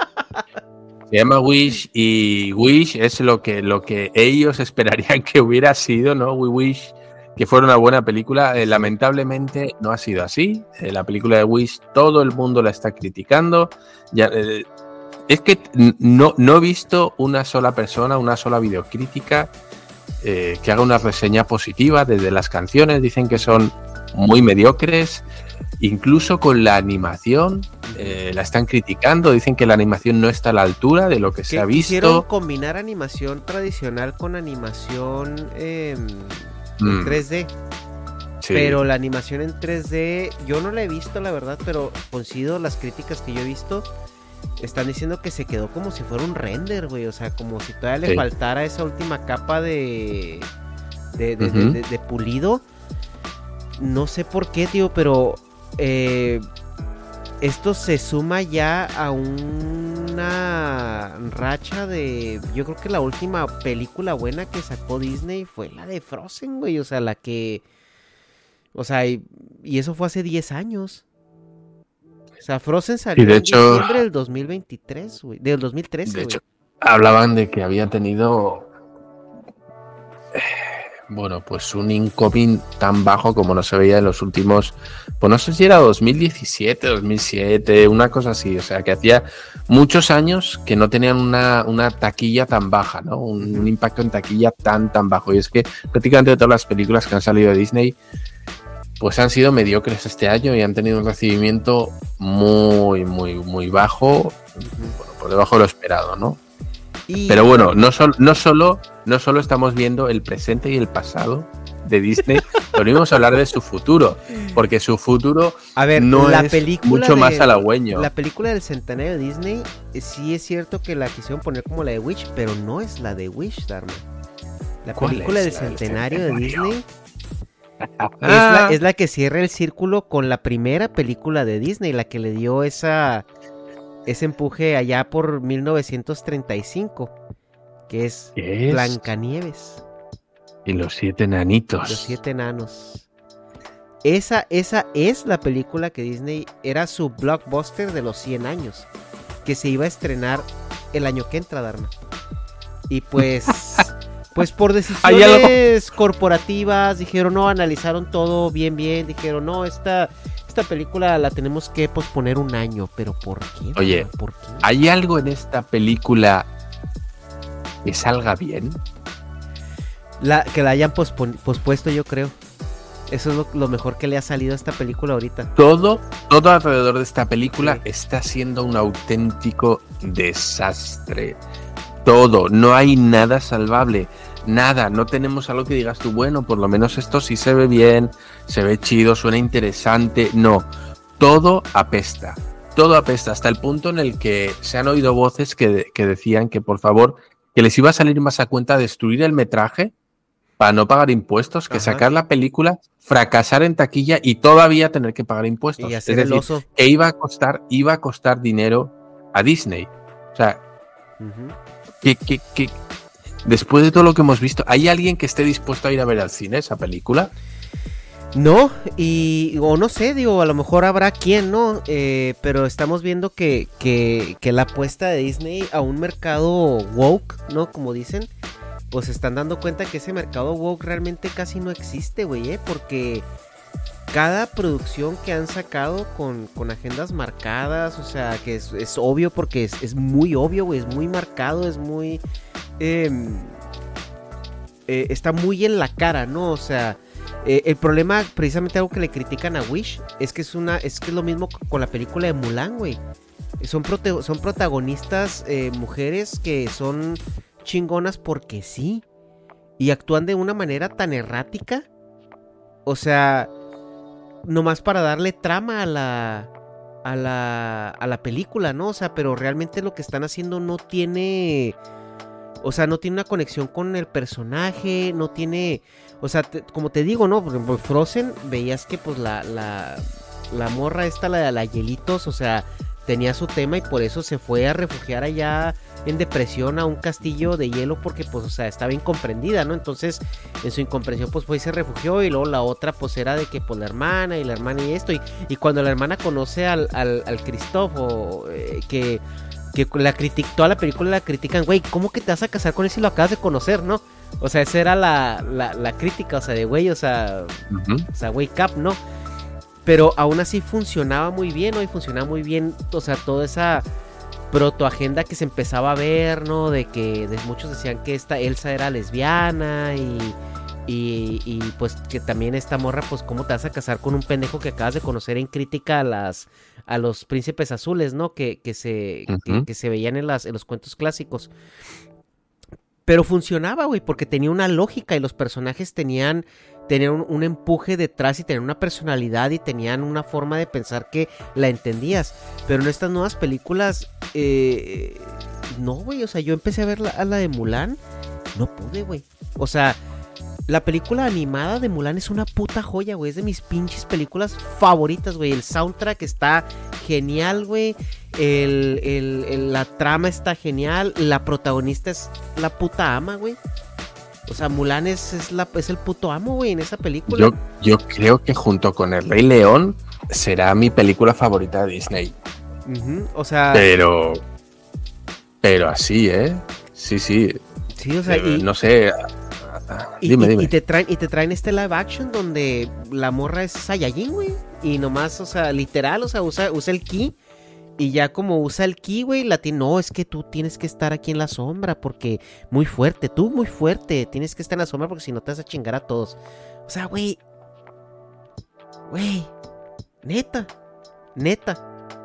Se llama Wish y Wish es lo que, lo que ellos esperarían que hubiera sido, ¿no? We Wish que fuera una buena película. Eh, lamentablemente no ha sido así. Eh, la película de Wish todo el mundo la está criticando. Ya, eh, es que no, no he visto una sola persona, una sola videocrítica eh, que haga una reseña positiva. Desde las canciones dicen que son muy mediocres. Incluso con la animación eh, la están criticando, dicen que la animación no está a la altura de lo que se ha visto. Quisieron combinar animación tradicional con animación eh, en Mm. tres D, Sí. pero la animación en tres D yo no la he visto, la verdad, pero coincido, las críticas que yo he visto están diciendo que se quedó como si fuera un render, güey, o sea, como si todavía le Sí. faltara esa última capa de de, de, Ujú. de, de, de pulido. No sé por qué, tío, pero eh, esto se suma ya a una racha de... Yo creo que la última película buena que sacó Disney fue la de Frozen, güey. O sea, la que... O sea, y, y eso fue hace diez años. O sea, Frozen salió Y de en hecho- diciembre del dos mil veintitrés, güey. Del dos mil trece, De güey. hecho, hablaban de que había tenido, eh, bueno, pues un incoming tan bajo como no se veía en los últimos, pues no sé si era dos mil diecisiete, dos mil siete, una cosa así. O sea, que hacía muchos años que no tenían una, una taquilla tan baja, ¿no? Un, un impacto en taquilla tan, tan bajo. Y es que prácticamente todas las películas que han salido de Disney pues han sido mediocres este año y han tenido un recibimiento muy, muy, muy bajo, bueno, por debajo de lo esperado, ¿no? Y- Pero bueno, no, sol, no, solo, no solo estamos viendo el presente y el pasado de Disney, pero venimos a hablar de su futuro, porque su futuro A ver, no la es película mucho de- más halagüeño. La película del centenario de Disney, eh, sí es cierto que la quisieron poner como la de Wish, pero no es la de Wish, Dharma. La ¿Cuál película es del la del centenario de centenario? Disney es, Ah, la, es la que cierra el círculo con la primera película de Disney, la que le dio esa ese empuje allá por mil novecientos treinta y cinco, que es ¿qué es? Blancanieves, Y los siete enanitos. los siete enanos. Esa, esa es la película que Disney era su blockbuster de los cien años, que se iba a estrenar el año que entra, Dharma. Y pues, pues por Hay algo- decisiones corporativas dijeron, no, analizaron todo bien, bien, dijeron, no, esta, esta película la tenemos que posponer un año, pero ¿por qué? Oye, Dharma? ¿Por qué? ¿Hay algo en esta película que salga bien? La, que la hayan pospon- pospuesto, yo creo. Eso es lo, lo mejor que le ha salido a esta película ahorita. Todo, todo alrededor de esta película Sí. está siendo un auténtico desastre. Todo, no hay nada salvable, nada, no tenemos algo que digas tú, bueno, por lo menos esto sí se ve bien, se ve chido, suena interesante. No, todo apesta, todo apesta, hasta el punto en el que se han oído voces que, que decían que por favor, que les iba a salir más a cuenta destruir el metraje para no pagar impuestos, que Ajá. sacar la película, fracasar en taquilla y todavía tener que pagar impuestos. Y Es hacer el decir, oso. que iba a costar, iba a costar dinero a Disney. O sea, Ujú. que, que, que después de todo lo que hemos visto, ¿hay alguien que esté dispuesto a ir a ver al cine esa película? No, y o no sé, digo, a lo mejor habrá quien, ¿no? Eh, pero estamos viendo que, que, que la apuesta de Disney a un mercado woke, ¿no? Como dicen, pues se están dando cuenta que ese mercado woke realmente casi no existe, güey, ¿eh? Porque cada producción que han sacado con, con agendas marcadas, o sea, que es, es obvio porque es, es muy obvio, güey, es muy marcado, es muy... eh, eh, está muy en la cara, ¿no? O sea... Eh, el problema, precisamente algo que le critican a Wish, es que es una, es que es lo mismo con la película de Mulan, güey. Son, prote- son protagonistas eh, mujeres que son chingonas porque sí. Y actúan de una manera tan errática. O sea, nomás para darle trama a la, a la, a la película, ¿no? O sea, pero realmente lo que están haciendo no tiene... O sea, no tiene una conexión con el personaje, no tiene... O sea, te, como te digo, ¿no? Por ejemplo, Frozen, veías que pues la, la, la morra esta, la de la hielitos, o sea, tenía su tema y por eso se fue a refugiar allá en depresión a un castillo de hielo porque pues, o sea, estaba incomprendida, ¿no? Entonces, en su incomprensión, pues fue y se refugió y luego la otra, pues era de que pues la hermana y la hermana y esto. Y, y cuando la hermana conoce al, al, al Cristóforo, eh, que... que la critic, toda la película la critican, güey, ¿cómo que te vas a casar con él si lo acabas de conocer, no? O sea, esa era la, la, la crítica, o sea, de güey, o sea, uh-huh. o sea, wake up, ¿no? Pero aún así funcionaba muy bien, ¿no? Y funcionaba muy bien, o sea, toda esa protoagenda que se empezaba a ver, ¿no? De que de muchos decían que esta Elsa era lesbiana y... Y, y pues que también esta morra, pues cómo te vas a casar con un pendejo que acabas de conocer en crítica a las a los príncipes azules, ¿no? Que, que se uh-huh. que, que se veían en las en los cuentos clásicos. Pero funcionaba, güey, porque tenía una lógica y los personajes tenían tenían un, un empuje detrás y tenían una personalidad y tenían una forma de pensar que la entendías. Pero en estas nuevas películas, eh, no, güey, o sea, yo empecé a ver la, a la de Mulan, no pude, güey. O sea, la película animada de Mulan es una puta joya, güey. Es de mis pinches películas favoritas, güey. El soundtrack está genial, güey. El, el, el, la trama está genial. La protagonista es la puta ama, güey. O sea, Mulan es, es, la, es el puto amo, güey, en esa película. Yo, yo creo que junto con El Rey León será mi película favorita de Disney. Uh-huh, o sea... Pero... Pero así, ¿eh? Sí, sí. Sí, o sea, y... No sé... Y, dime, y, dime. y te traen y te traen este live action donde la morra es Saiyajin, güey, y nomás, o sea, literal, o sea, usa, usa el ki y ya como usa el ki, güey, la tiene, no, es que tú tienes que estar aquí en la sombra porque muy fuerte, tú muy fuerte, tienes que estar en la sombra porque si no te vas a chingar a todos. O sea, güey, güey, neta, neta.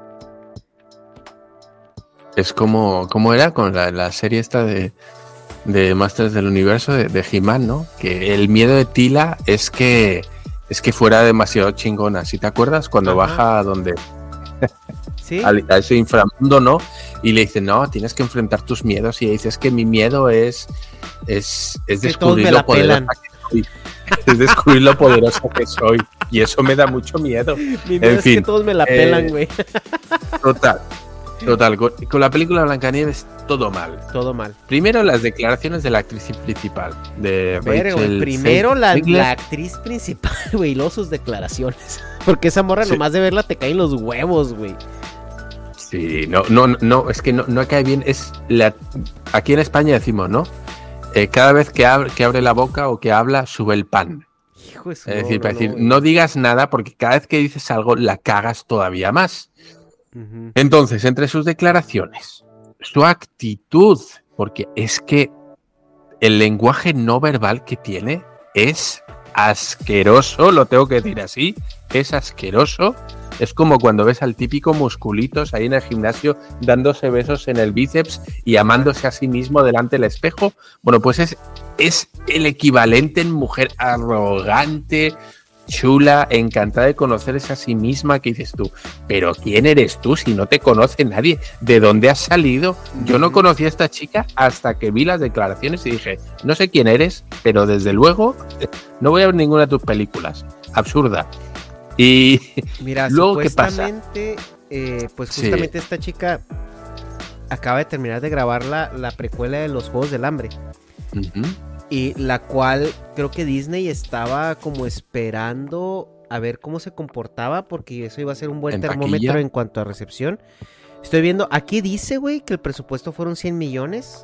Es como, ¿cómo era con la, la serie esta de de Masters del Universo de, de He-Man, ¿no? Que el miedo de Tila es que es que fuera demasiado chingona, ¿sí te acuerdas? Cuando Ajá. baja a donde ¿Sí? a, a ese inframundo, ¿no? Y le dicen, no, tienes que enfrentar tus miedos y dices que mi miedo es es, es descubrir lo poderosa que soy. Es descubrir lo poderosa que soy y eso me da mucho miedo. Mi miedo en es fin, que todos me la pelan, güey. Eh, total. Total, con, con la película Blancanieves todo mal. Todo mal. Primero las declaraciones de la actriz principal, de Pero, Rachel. Primero la, la actriz principal, güey, y luego sus declaraciones. Porque esa morra sí. nomás de verla te caen los huevos, güey. Sí, no, no, no, es que no, no cae bien. Es la, aquí en España decimos, ¿no? Eh, cada vez que abre, que abre la boca o que habla, sube el pan. Hijo de su Es decir, no, para no, decir, no, no digas nada porque cada vez que dices algo la cagas todavía más. Uh-huh. Entonces, entre sus declaraciones, su actitud, porque es que el lenguaje no verbal que tiene es asqueroso, lo tengo que decir así, es asqueroso. Es como cuando ves al típico musculitos ahí en el gimnasio dándose besos en el bíceps y amándose a sí mismo delante del espejo. Bueno, pues es, es el equivalente en mujer arrogante, chula, encantada de conocerse a sí misma, que dices tú, pero ¿quién eres tú si no te conoce nadie? ¿De dónde has salido? Yo no conocí a esta chica hasta que vi las declaraciones y dije, no sé quién eres, pero desde luego no voy a ver ninguna de tus películas. Absurda. Y mira, luego, ¿qué pasa? Eh, pues justamente sí. Esta chica acaba de terminar de grabar la, la precuela de los Juegos del Hambre. Uh-huh. Y la cual creo que Disney estaba como esperando a ver cómo se comportaba, porque eso iba a ser un buen termómetro taquilla. En cuanto a recepción. Estoy viendo, aquí dice, güey, que el presupuesto fueron cien millones.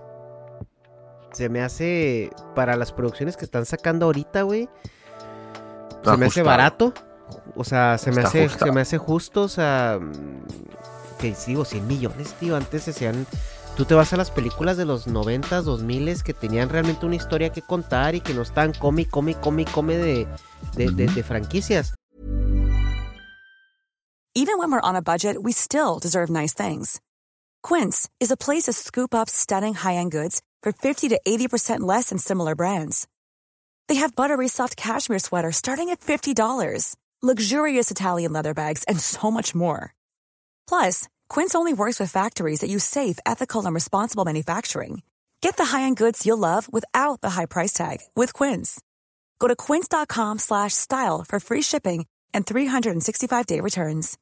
Se me hace, para las producciones que están sacando ahorita, güey, se me hace barato. O sea, se me hace, ajustado. se me hace justo, o sea, que digo, cien millones, tío, antes se hacían... Tú te vas a las películas de los noventas, dos miles que tenían realmente una historia que contar y que no estaban come, come, come, come de, de, de, de franquicias. Even Even when we're on a budget, we still deserve nice things. Quince is a place to scoop up stunning high-end goods for fifty to eighty percent less than similar brands. They have buttery soft cashmere sweaters starting at fifty dollars, luxurious Italian leather bags, and so much more. Plus, Quince only works with factories that use safe, ethical, and responsible manufacturing. Get the high-end goods you'll love without the high price tag with Quince. Go to quince.com slash style for free shipping and three sixty-five day returns.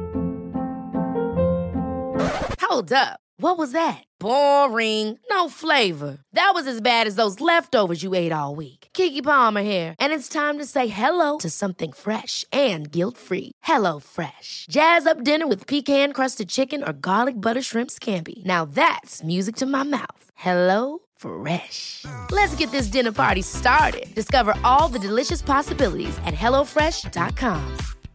Hold up. What was that? Boring. No flavor. That was as bad as those leftovers you ate all week. Keke Palmer here, and it's time to say hello to something fresh and guilt-free. Hello Fresh. Jazz up dinner with pecan-crusted chicken or garlic butter shrimp scampi. Now that's music to my mouth. Hello Fresh. Let's get this dinner party started. Discover all the delicious possibilities at hello fresh dot com.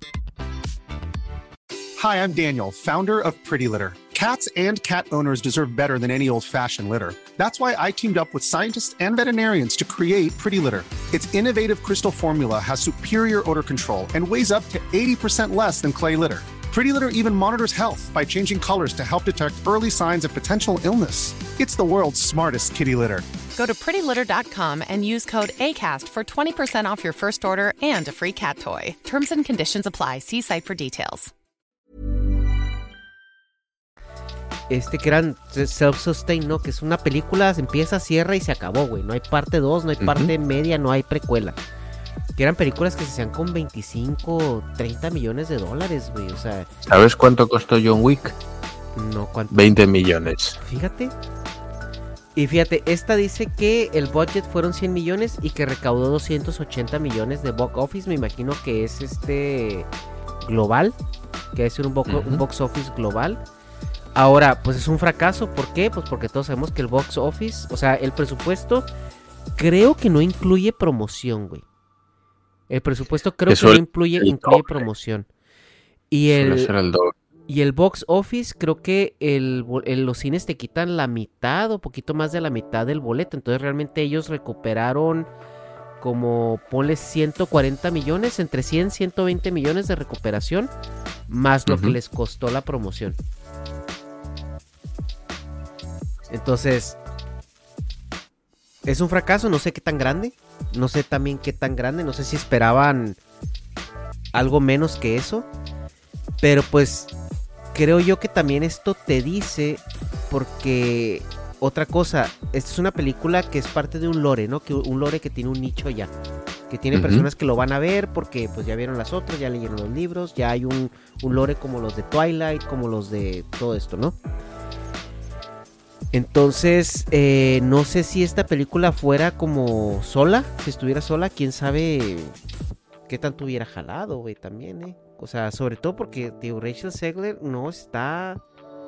Hi, I'm Daniel, founder of Pretty Litter. Cats and cat owners deserve better than any old-fashioned litter. That's why I teamed up with scientists and veterinarians to create Pretty Litter. Its innovative crystal formula has superior odor control and weighs up to eighty percent less than clay litter. Pretty Litter even monitors health by changing colors to help detect early signs of potential illness. It's the world's smartest kitty litter. Go to pretty litter dot com and use code ACAST for twenty percent off your first order and a free cat toy. Terms and conditions apply. See site for details. Este que eran self-sustain, ¿no? Que es una película, se empieza, cierra y se acabó, güey. No hay parte dos, no hay parte uh-huh. media, no hay precuela. Que eran películas que se hacían con veinticinco, treinta millones de dólares, güey. O sea... ¿Sabes cuánto costó John Wick? No, ¿cuánto? veinte millones. Fíjate. Y fíjate, esta dice que el budget fueron cien millones y que recaudó doscientos ochenta millones de box office. Me imagino que es este... global. Que debe ser un, bo- uh-huh. un box office global. Ahora, pues es un fracaso. ¿Por qué? Pues porque todos sabemos que el box office, o sea, el presupuesto, creo que no incluye promoción, güey. El presupuesto creo Eso que no incluye, incluye promoción. Y el, el y el box office, creo que el, el, los cines te quitan la mitad o poquito más de la mitad del boleto. Entonces realmente ellos recuperaron como, ponle ciento cuarenta millones, entre cien y ciento veinte millones de recuperación, más lo uh-huh. que les costó la promoción. Entonces, es un fracaso, no sé qué tan grande, no sé también qué tan grande, no sé si esperaban algo menos que eso, pero pues creo yo que también esto te dice, porque otra cosa, esta es una película que es parte de un lore, ¿no? Que un lore que tiene un nicho ya, que tiene uh-huh. personas que lo van a ver porque pues ya vieron las otras, ya leyeron los libros, ya hay un, un lore como los de Twilight, como los de todo esto, ¿no? Entonces, eh, no sé si esta película fuera como sola, si estuviera sola, quién sabe qué tanto hubiera jalado, güey, también, eh. O sea, sobre todo porque, tío, Rachel Zegler no está...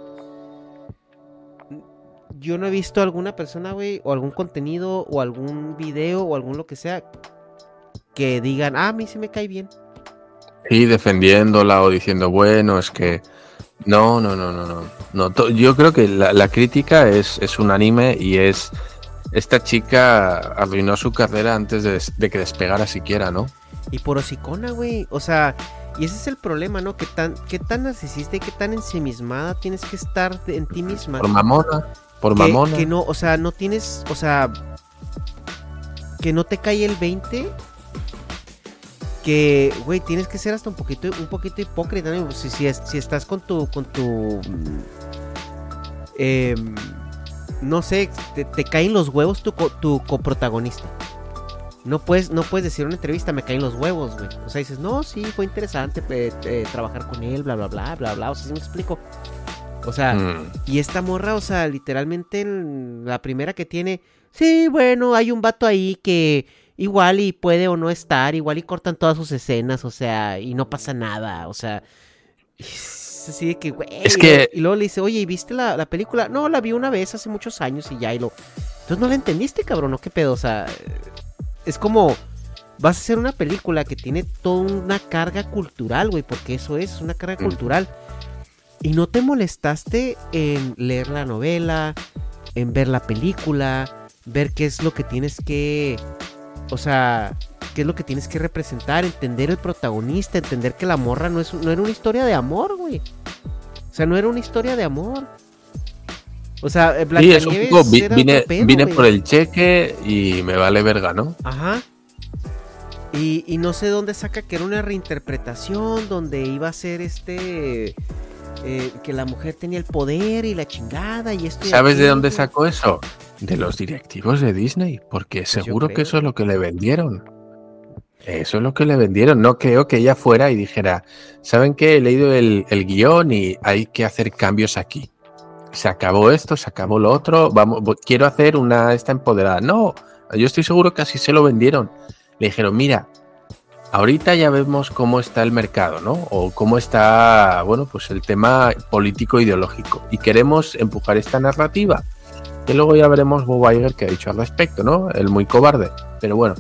Yo no he visto alguna persona, güey, o algún contenido, o algún video, o algún lo que sea, que digan, ah, a mí sí me cae bien. Sí, defendiéndola o diciendo, bueno, es que... No, no, no, no, no. no to- yo creo que la, la crítica es, es unánime y es... Esta chica arruinó su carrera antes de, de que despegara siquiera, ¿no? Y por hocicona, güey. O sea, y ese es el problema, ¿no? Que tan, qué tan narcisista y qué tan ensimismada tienes que estar en ti misma. Por mamona, por que, mamona. Que no, o sea, no tienes, o sea... Que no te cae el veinte... Que, güey, tienes que ser hasta un poquito un poquito hipócrita, ¿no? Si, si, si estás con tu, con tu, eh, no sé, te, te caen los huevos tu, tu coprotagonista. No puedes, no puedes decir en una entrevista, me caen los huevos, güey. O sea, dices, no, sí, fue interesante eh, eh, trabajar con él, bla, bla, bla, bla, bla. O sea, ¿sí me explico? O sea, mm. y esta morra, o sea, literalmente la primera que tiene, sí, bueno, hay un vato ahí que... Igual y puede o no estar, igual y cortan todas sus escenas, o sea, y no pasa nada, o sea, es así de que, güey, es que... y luego le dice, oye, ¿y viste la, la película? No, la vi una vez hace muchos años y ya, y lo, entonces no la entendiste, cabrón, ¿no? ¿Qué pedo? O sea, es como, vas a hacer una película que tiene toda una carga cultural, güey, porque eso es, una carga mm. cultural, y no te molestaste en leer la novela, en ver la película, ver qué es lo que tienes que... O sea, qué es lo que tienes que representar, entender el protagonista, entender que la morra no, es, no era una historia de amor, güey. O sea, no era una historia de amor. O sea, Blancanieves sí, es un poco, vi, era vine, otro pedo, vine güey. por el cheque y me vale verga, ¿no? Ajá. Y, y no sé dónde saca que era una reinterpretación, donde iba a ser este... Eh, que la mujer tenía el poder y la chingada y esto. Y ¿Sabes aquello. de dónde sacó eso? De los directivos de Disney, porque Pues seguro yo que creo. eso es lo que le vendieron. Eso es lo que le vendieron. No creo que ella fuera y dijera, ¿saben qué? He leído el, el guión y hay que hacer cambios aquí. Se acabó esto, se acabó lo otro, vamos, quiero hacer una esta empoderada. No, yo estoy seguro que así se lo vendieron. Le dijeron, mira, ahorita ya vemos cómo está el mercado, ¿no? O cómo está, bueno, pues el tema político-ideológico. Y queremos empujar esta narrativa. Que luego ya veremos Bob Iger que ha dicho al respecto, ¿no? El muy cobarde. Pero bueno.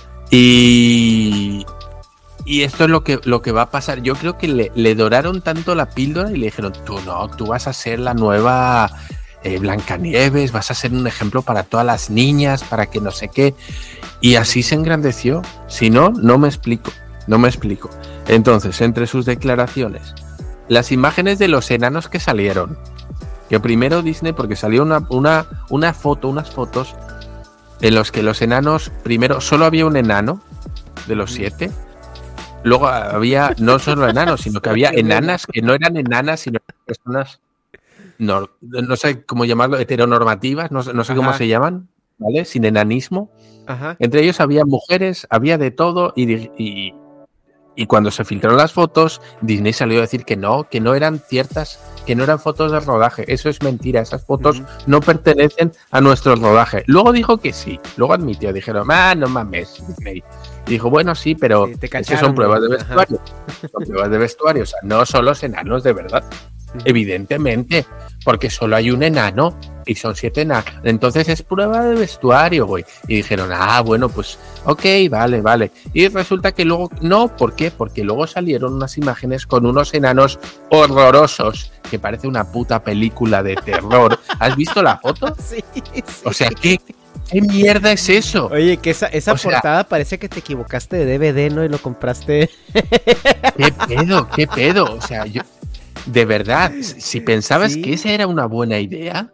Y, y esto es lo que, lo que va a pasar. Yo creo que le, le doraron tanto la píldora y le dijeron, tú no, tú vas a ser la nueva eh, Blancanieves, vas a ser un ejemplo para todas las niñas, para que no sé qué. Y así se engrandeció. Si no, no me explico. No me explico. Entonces, entre sus declaraciones, las imágenes de los enanos que salieron, que primero Disney, porque salió una, una, una foto, unas fotos en los que los enanos, primero solo había un enano de los siete, luego había no solo enanos, sino que había enanas que no eran enanas, sino personas, no, no sé cómo llamarlo, heteronormativas, no, no sé cómo Ajá. se llaman, ¿vale? Sin enanismo. Ajá. Entre ellos había mujeres, había de todo y, y, y cuando se filtraron las fotos, Disney salió a decir que no, que no eran ciertas, que no eran fotos de rodaje. Eso es mentira, esas fotos Uh-huh. no pertenecen a nuestro rodaje. Luego dijo que sí, luego admitió, dijeron, ah, no mames, Disney. Y dijo, bueno, sí, pero Sí, te es que cacharon, son pruebas de güey. vestuario. Son pruebas de vestuario, o sea, no son los enanos de verdad. Evidentemente, porque solo hay un enano y son siete enanos. Entonces es prueba de vestuario, güey. Y dijeron, ah, bueno, pues, ok, vale, vale. Y resulta que luego, no, ¿por qué? Porque luego salieron unas imágenes con unos enanos horrorosos, que parece una puta película de terror. ¿Has visto la foto? Sí, sí. O sea, ¿qué, qué mierda es eso? Oye, que esa, esa O sea- portada parece que te equivocaste de D V D, ¿no? Y lo compraste. ¿Qué pedo? ¿Qué pedo? O sea, yo... De verdad, si pensabas Sí. que esa era una buena idea,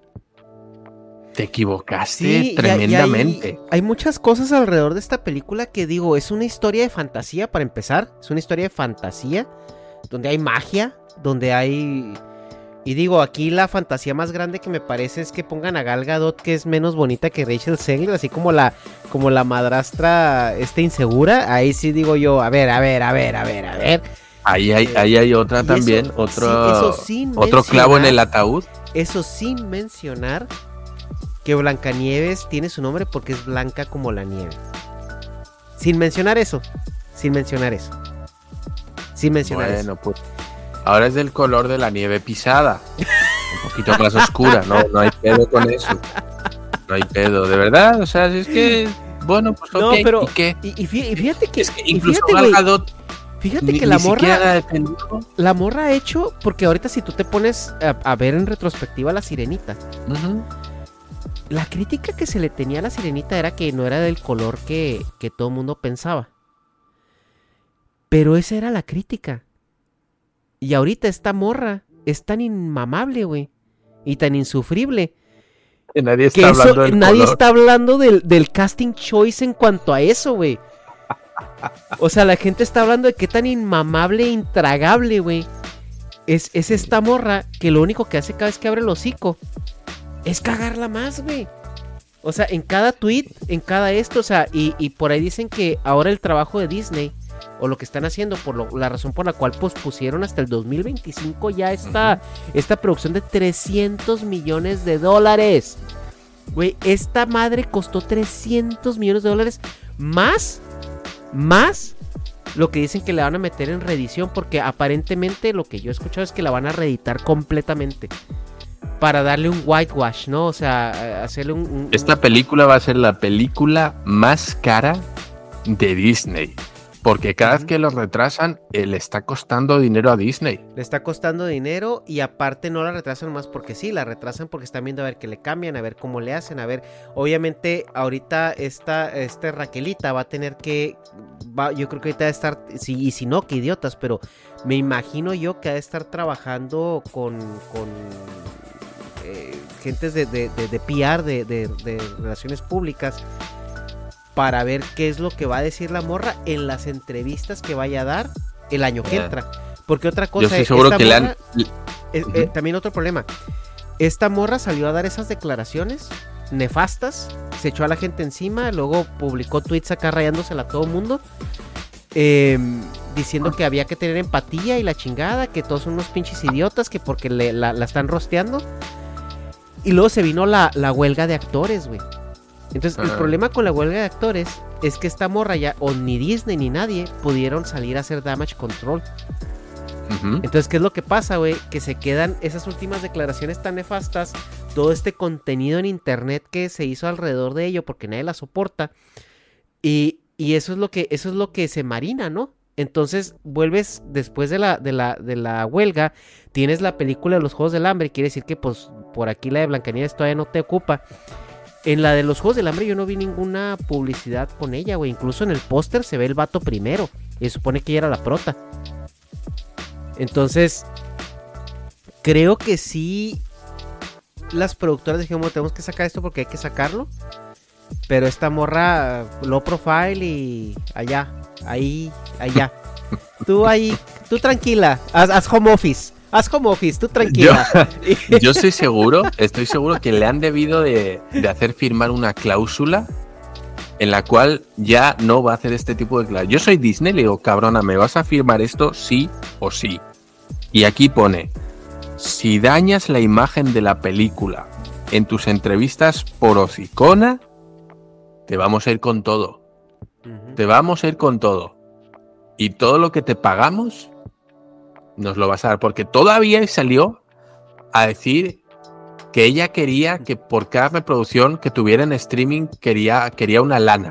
te equivocaste Sí, y hay- y tremendamente. Hay, hay muchas cosas alrededor de esta película que digo, es una historia de fantasía para empezar. Es una historia de fantasía donde hay magia, donde hay... Y digo, aquí la fantasía más grande que me parece es que pongan a Gal Gadot, que es menos bonita que Rachel Zegler, así como la, como la madrastra este insegura. Ahí sí digo yo, a ver, a ver, a ver, a ver, a ver. Ahí hay, ahí hay otra Y también, eso- otro, sí, eso sin otro clavo en mencionar- el ataúd. Eso sin mencionar que Blancanieves tiene su nombre porque es blanca como la nieve. Sin mencionar eso. Sin mencionar eso. Sin mencionar eso. Bueno, pues ahora es del color de la nieve pisada. Un poquito más oscura, no, no hay pedo con eso. No hay pedo, de verdad. O sea, es que, bueno, pues ok, No, pero. ¿y qué? Y, y fí- y fíjate que. Es que y incluso fíjate, Gal güey, Gadot fíjate ni, que la ni morra. siquiera defendió. La morra ha hecho. Porque ahorita, si tú te pones a, a ver en retrospectiva La Sirenita. Ujú. La crítica que se le tenía a La Sirenita era que no era del color que, que todo el mundo pensaba. Pero esa era la crítica. Y ahorita esta morra es tan inmamable, güey. Y tan insufrible. Que nadie Que está eso, hablando del nadie color. está hablando del, del casting choice en cuanto a eso, güey. O sea, la gente está hablando de qué tan inmamable e intragable, güey. Es, es esta morra que lo único que hace cada vez que abre el hocico es cagarla más, güey. O sea, en cada tweet, en cada esto, o sea, y, y por ahí dicen que ahora el trabajo de Disney, o lo que están haciendo, por lo- la razón por la cual pospusieron hasta el dos mil veinticinco ya esta, esta producción de trescientos millones de dólares. Güey, esta madre costó trescientos millones de dólares más, más lo que dicen que le van a meter en reedición, porque aparentemente lo que yo he escuchado es que la van a reeditar completamente. Para darle un whitewash, ¿no? O sea, hacerle un... un- Esta película va a ser la película más cara de Disney. Porque cada vez que lo retrasan, eh, le está costando dinero a Disney. Le está costando dinero y aparte no la retrasan más porque sí, la retrasan porque están viendo a ver qué le cambian, a ver cómo le hacen, a ver, obviamente ahorita esta, este Raquelita va a tener que, va, yo creo que ahorita va a estar, sí, y si no, qué idiotas, pero me imagino yo que ha de estar trabajando con, con eh, gentes de, de, de, de P R, de, de, de relaciones públicas, para ver qué es lo que va a decir la morra en las entrevistas que vaya a dar el año que entra. Porque otra cosa... Yo estoy seguro que morra, le han... eh, eh, también otro problema. Esta morra salió a dar esas declaraciones nefastas, se echó a la gente encima, luego publicó tweets acá rayándosela a todo el mundo, eh, diciendo que había que tener empatía y la chingada, que todos son unos pinches idiotas, que porque le, la, la están rosteando. Y luego se vino la, la huelga de actores, güey. Entonces, el problema con la huelga de actores es que esta morra ya, o ni Disney ni nadie, pudieron salir a hacer damage control. Uh-huh. Entonces, ¿qué es lo que pasa, güey? Que se quedan esas últimas declaraciones tan nefastas, todo este contenido en internet que se hizo alrededor de ello, porque nadie la soporta. Y, y eso es lo que, eso es lo que se marina, ¿no? Entonces, vuelves después de la, de la, de la huelga, tienes la película de los Juegos del Hambre, quiere decir que, pues, por aquí la de Blancanieves todavía no te ocupa. En la de los Juegos del Hambre yo no vi ninguna publicidad con ella, güey. Incluso en el póster se ve el vato primero. Y se supone que ella era la prota. Entonces, creo que sí, las productoras dijeron, bueno, tenemos que sacar esto porque hay que sacarlo. Pero esta morra, low profile y allá, ahí, allá. Tú ahí, tú tranquila, haz, haz home office. Haz home office, tú tranquila. Yo, yo estoy seguro, estoy seguro que le han debido de, de hacer firmar una cláusula en la cual ya no va a hacer este tipo de cláusulas. Yo soy Disney, le digo, cabrona, ¿me vas a firmar esto sí o sí? Y aquí pone, si dañas la imagen de la película en tus entrevistas por hocicona, te vamos a ir con todo. Uh-huh. Te vamos a ir con todo. Y todo lo que te pagamos nos lo vas a dar, porque todavía salió a decir que ella quería que por cada reproducción que tuviera en streaming quería, quería una lana.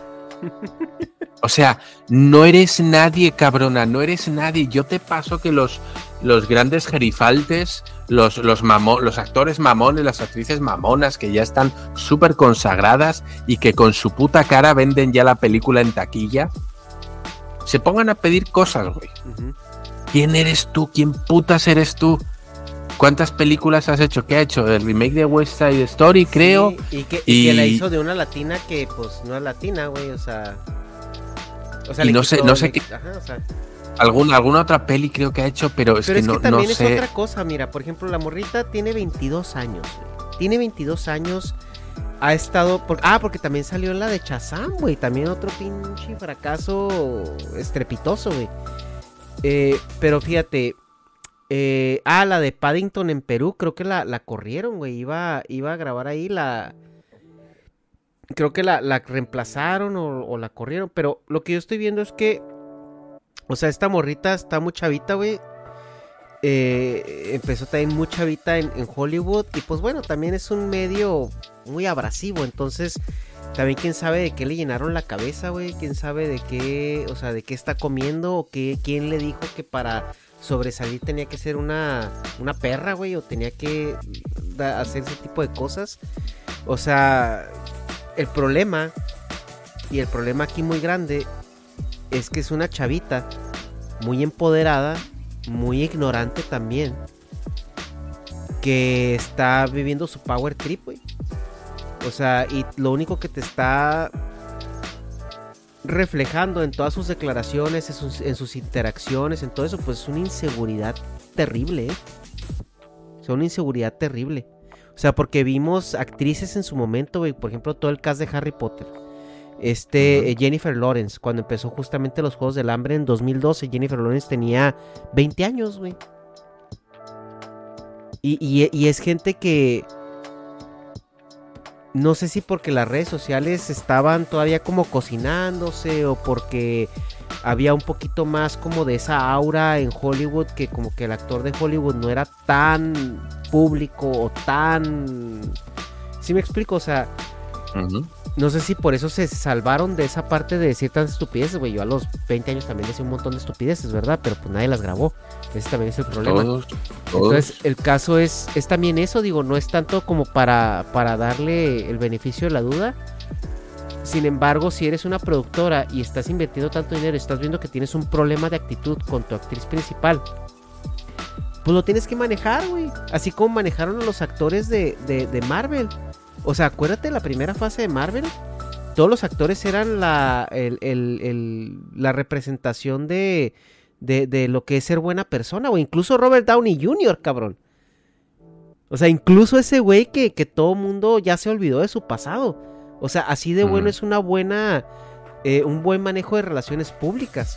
O sea, no eres nadie, cabrona, no eres nadie. Yo te paso que los, los grandes gerifaltes, los, los, mamo, los actores mamones, las actrices mamonas que ya están súper consagradas y que con su puta cara venden ya la película en taquilla, se pongan a pedir cosas, güey. Uh-huh. ¿Quién eres tú? ¿Quién putas eres tú? ¿Cuántas películas has hecho? ¿Qué ha hecho? El remake de West Side Story, creo. Sí, y, que, y... y que la hizo de una latina que, pues, no es latina, güey, o sea... O sea, y no sé, no sé qué... Ajá, o sea... Alguna, alguna otra peli creo que ha hecho, pero es pero que es no, que también no es sé... otra cosa, mira, por ejemplo, la morrita tiene veintidós años, güey. Tiene veintidós años, ha estado... Por... Ah, porque también salió la de Shazam, güey, también otro pinche fracaso estrepitoso, güey. Eh, pero fíjate, eh, ah, la de Paddington en Perú, creo que la, la corrieron, güey, iba, iba a grabar ahí, la, creo que la, la reemplazaron o, o la corrieron, pero lo que yo estoy viendo es que, o sea, esta morrita está muy chavita, güey, eh, empezó también muy chavita en, en Hollywood, y pues bueno, también es un medio muy abrasivo, entonces... También quién sabe de qué le llenaron la cabeza, güey, quién sabe de qué, o sea, de qué está comiendo, o qué, quién le dijo que para sobresalir tenía que ser una, una perra, güey, o tenía que da, hacer ese tipo de cosas. O sea, el problema, y el problema aquí muy grande, es que es una chavita muy empoderada, muy ignorante también, que está viviendo su power trip, güey. O sea, y lo único que te está reflejando en todas sus declaraciones, en sus, en sus interacciones, en todo eso, pues es una inseguridad terrible, ¿eh? O sea, una inseguridad terrible. O sea, porque vimos actrices en su momento, güey, por ejemplo, todo el cast de Harry Potter. Este, uh-huh. eh, Jennifer Lawrence, cuando empezó justamente los Juegos del Hambre en dos mil doce, Jennifer Lawrence tenía veinte años, güey. Y, y, y es gente que... No sé si porque las redes sociales estaban todavía como cocinándose o porque había un poquito más como de esa aura en Hollywood, que como que el actor de Hollywood no era tan público o tan... ¿Sí me explico? O sea, Uh-huh. No sé si por eso se salvaron de esa parte de decir tantas estupideces, güey. Yo a los veinte años también decía un montón de estupideces, ¿verdad? Pero pues nadie las grabó. Ese también es el problema. Todos, todos. Entonces, el caso es, es también eso, digo, no es tanto como para, para darle el beneficio de la duda. Sin embargo, si eres una productora y estás invirtiendo tanto dinero y estás viendo que tienes un problema de actitud con tu actriz principal, pues lo tienes que manejar, güey. Así como manejaron a los actores de, de, de Marvel. O sea, acuérdate de la primera fase de Marvel. Todos los actores eran la, el, el, el, la representación de, de, de lo que es ser buena persona. O incluso Robert Downey junior, cabrón. O sea, incluso ese güey que, que todo mundo ya se olvidó de su pasado. O sea, así de bueno mm. es una buena, eh, un buen manejo de relaciones públicas.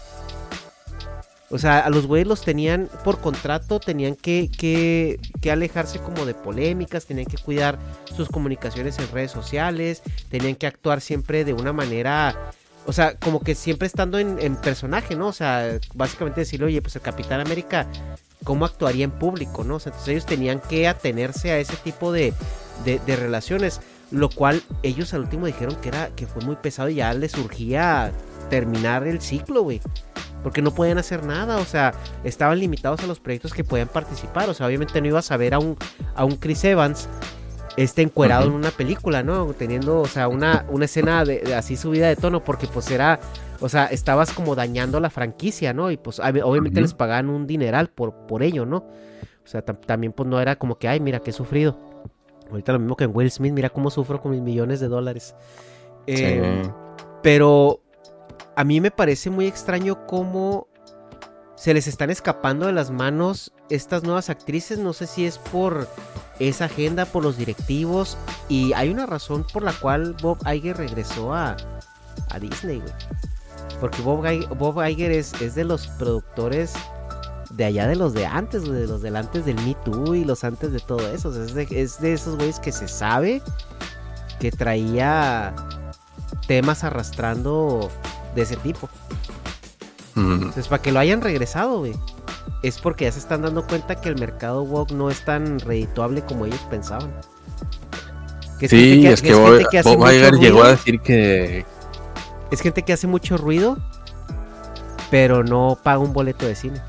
O sea, a los güeyes los tenían por contrato, tenían que, que, que alejarse como de polémicas, tenían que cuidar sus comunicaciones en redes sociales, tenían que actuar siempre de una manera, o sea, como que siempre estando en, en personaje, ¿no? O sea, básicamente decirle, oye, pues el Capitán América, ¿cómo actuaría en público, no? O sea, entonces ellos tenían que atenerse a ese tipo de, de, de relaciones, lo cual ellos al último dijeron que era que fue muy pesado y ya les surgía terminar el ciclo, güey. Porque no podían hacer nada, o sea, estaban limitados a los proyectos que podían participar. O sea, obviamente no ibas a ver a un, a un Chris Evans este encuerado uh-huh. en una película, ¿no? Teniendo, o sea, una, una escena de, de así subida de tono, porque pues era, o sea, estabas como dañando la franquicia, ¿no? Y pues obviamente uh-huh. les pagaban un dineral por, por ello, ¿no? O sea, tam- también pues no era como que, ay, mira, qué sufrido. Ahorita lo mismo que en Will Smith, mira cómo sufro con mis millones de dólares. Eh, sí. Pero a mí me parece muy extraño cómo se les están escapando de las manos estas nuevas actrices. No sé si es por esa agenda, por los directivos. Y hay una razón por la cual Bob Iger regresó a, a Disney, güey. Porque Bob Iger, Bob Iger es, es de los productores de allá de los de antes, de los del antes del Me Too y los antes de todo eso. O sea, es, de, es de esos güeyes que se sabe que traía temas arrastrando de ese tipo. Mm. Entonces, para que lo hayan regresado, güey, es porque ya se están dando cuenta que el mercado woke no es tan redituable como ellos pensaban. Que es sí, que, es que, que, Bob, es que Bob Iger llegó a decir que... Es gente que hace mucho ruido, pero no paga un boleto de cine.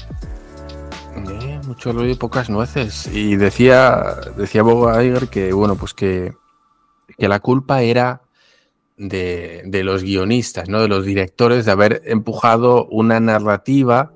Eh, mucho ruido y pocas nueces. Y decía, decía Bob Iger que, bueno, pues que, que la culpa era De, de los guionistas, ¿no? De los directores, de haber empujado una narrativa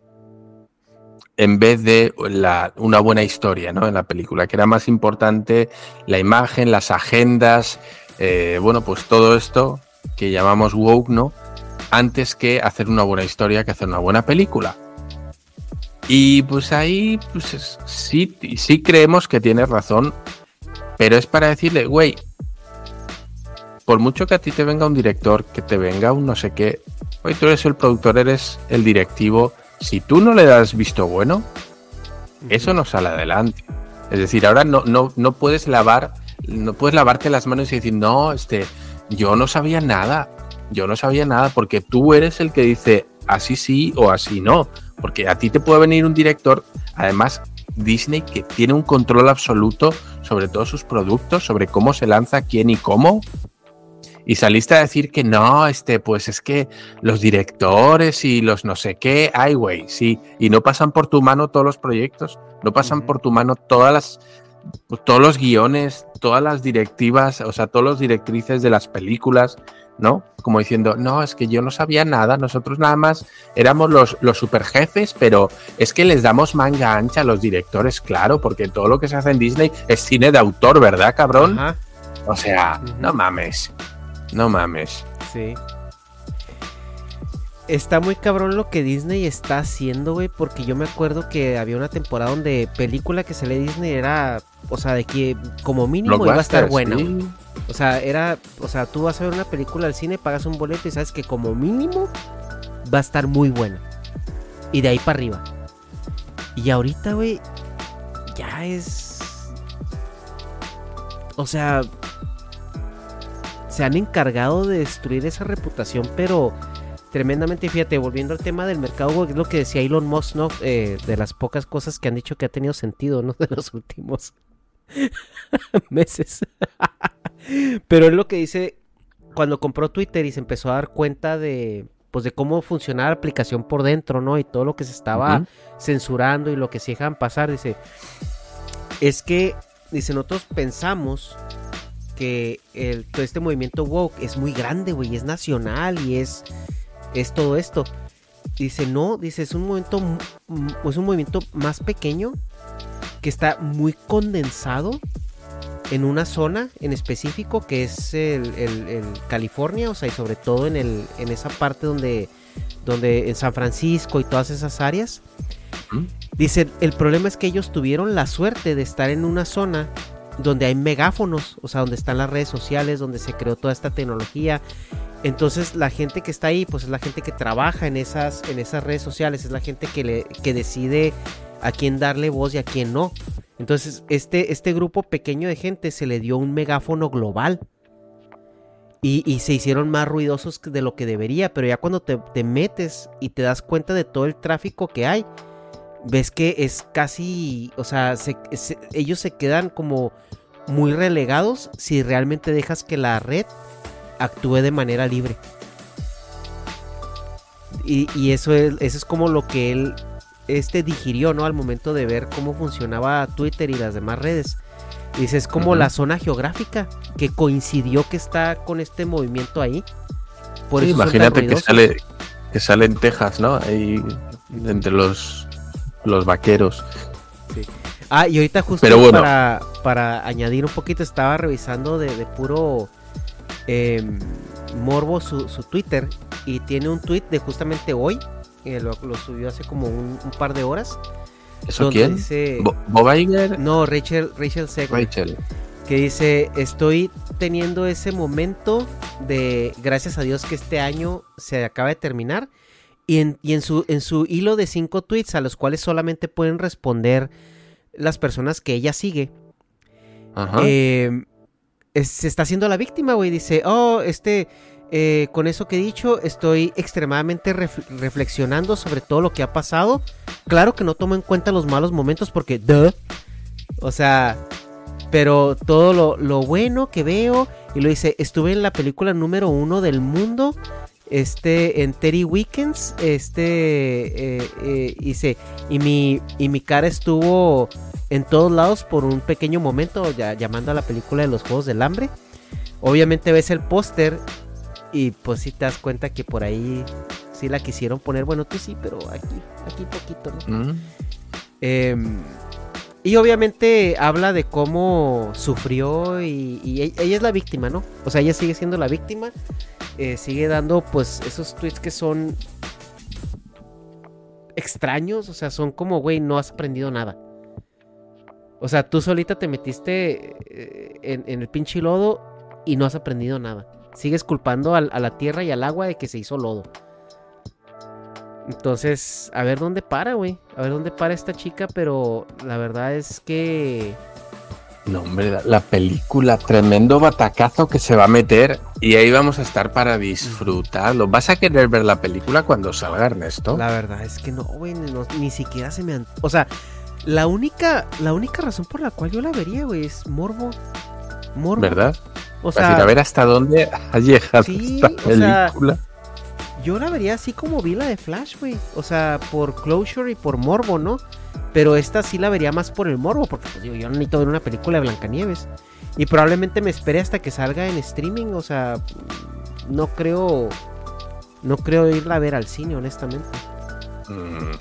en vez de la, una buena historia, ¿no? En la película, que era más importante la imagen, las agendas, eh, bueno, pues todo esto que llamamos woke, ¿no? Antes que hacer una buena historia, que hacer una buena película. Y pues ahí, pues sí, sí creemos que tienes razón, pero es para decirle, güey, por mucho que a ti te venga un director, que te venga un no sé qué, oye, tú eres el productor, eres el directivo, si tú no le das visto bueno, eso no sale adelante. Es decir, ahora no, no, no puedes lavar, no puedes lavarte las manos y decir, no, este, yo no sabía nada, yo no sabía nada, porque tú eres el que dice así sí o así no, porque a ti te puede venir un director, además Disney, que tiene un control absoluto sobre todos sus productos, sobre cómo se lanza, quién y cómo. Y saliste a decir que no, este, pues es que los directores y los no sé qué, ay, güey, sí, y no pasan por tu mano todos los proyectos, no pasan uh-huh. por tu mano todas las, pues, todos los guiones, todas las directivas, o sea, todos los directrices de las películas, ¿no? Como diciendo, no, es que yo no sabía nada, nosotros nada más éramos los, los super jefes, pero es que les damos manga ancha a los directores, claro, porque todo lo que se hace en Disney es cine de autor, ¿verdad, cabrón? Uh-huh. O sea, uh-huh. no mames. No mames. Sí. Está muy cabrón lo que Disney está haciendo, güey, porque yo me acuerdo que había una temporada donde película que sale Disney era, o sea, de que como mínimo iba a estar buena. Sí. O sea, era, o sea, tú vas a ver una película al cine, pagas un boleto y sabes que como mínimo va a estar muy buena. Y de ahí para arriba. Y ahorita, güey, ya es... O sea... Se han encargado de destruir esa reputación, pero tremendamente. Fíjate, volviendo al tema del mercado, es lo que decía Elon Musk, ¿no? Eh, de las pocas cosas que han dicho que ha tenido sentido, ¿no? De los últimos meses. Pero es lo que dice, cuando compró Twitter y se empezó a dar cuenta de, pues de cómo funcionaba la aplicación por dentro, ¿no? Y todo lo que se estaba uh-huh. censurando y lo que se dejaban pasar, dice, es que, dice, nosotros pensamos que el, todo este movimiento woke es muy grande, güey, es nacional y es, es todo esto. Dice, no, dice, es un movimiento, es un movimiento más pequeño que está muy condensado en una zona en específico que es el, el, el California, o sea, y sobre todo en el en esa parte donde, donde en San Francisco y todas esas áreas. ¿Mm? Dice, el problema es que ellos tuvieron la suerte de estar en una zona donde hay megáfonos, o sea, donde están las redes sociales, donde se creó toda esta tecnología. Entonces la gente que está ahí, pues es la gente que trabaja en esas, en esas redes sociales, es la gente que, le, que decide a quién darle voz y a quién no. Entonces este, este grupo pequeño de gente se le dio un megáfono global y, y se hicieron más ruidosos de lo que debería, pero ya cuando te, te metes y te das cuenta de todo el tráfico que hay, ves que es casi, o sea, se, se, ellos se quedan como muy relegados si realmente dejas que la red actúe de manera libre. Y, y eso es, eso es como lo que él este digirió, ¿no? Al momento de ver cómo funcionaba Twitter y las demás redes. Dice, es como uh-huh. la zona geográfica que coincidió que está con este movimiento ahí. Por sí, eso imagínate que sale, que sale en Texas, ¿no? Ahí entre los, los vaqueros. Sí. Ah, y ahorita justo Pero bueno. para, para añadir un poquito, estaba revisando de, de puro eh, morbo su, su Twitter y tiene un tweet de justamente hoy. Eh, lo, lo subió hace como un, un par de horas. ¿Eso quién? Dice, ¿Bob Iger? No, Rachel Rachel Zegler. Rachel. Que dice, estoy teniendo ese momento de gracias a Dios que este año se acaba de terminar. Y en, y en su en su hilo de cinco tweets a los cuales solamente pueden responder las personas que ella sigue. Ajá. Eh, es, se está haciendo la víctima, güey. Dice, oh, este... Eh, con eso que he dicho, estoy extremadamente ref- reflexionando sobre todo lo que ha pasado. Claro que no tomo en cuenta los malos momentos porque, duh, o sea, pero todo lo, lo bueno que veo, y lo dice, estuve en la película número uno del mundo, este, en thirty Weekends, este, eh, eh, dice, y mi, y mi cara estuvo en todos lados por un pequeño momento, ya, llamando a la película de los Juegos del Hambre. Obviamente ves el póster y pues sí te das cuenta que por ahí sí la quisieron poner. Bueno, tú sí, pero aquí, aquí poquito, ¿no? Mm. Eh, y obviamente habla de cómo sufrió y, y ella es la víctima, ¿no? O sea, ella sigue siendo la víctima. Eh, sigue dando pues esos tweets que son extraños. O sea, son como, güey, no has aprendido nada. O sea, tú solita te metiste eh, en, en el pinche lodo y no has aprendido nada. Sigues culpando a, a la tierra y al agua de que se hizo lodo. Entonces, a ver dónde para, güey. A ver dónde para esta chica, pero la verdad es que... No, hombre, la, la película, tremendo batacazo que se va a meter y ahí vamos a estar para disfrutarlo. ¿Vas a querer ver la película cuando salga, Ernesto? La verdad es que no, güey, no, ni siquiera se me... Han... O sea, la única, la única razón por la cual yo la vería, güey, es morbo. Morbo. ¿Verdad? O sea, a ver hasta dónde ha llegado sí, esta película. Sea, yo la vería así como vi la de Flash, güey. O sea, por closure y por morbo, ¿no? Pero esta sí la vería más por el morbo, porque pues, digo, yo no necesito ver una película de Blancanieves. Y probablemente me espere hasta que salga en streaming. O sea, no creo. No creo irla a ver al cine, honestamente. Mm.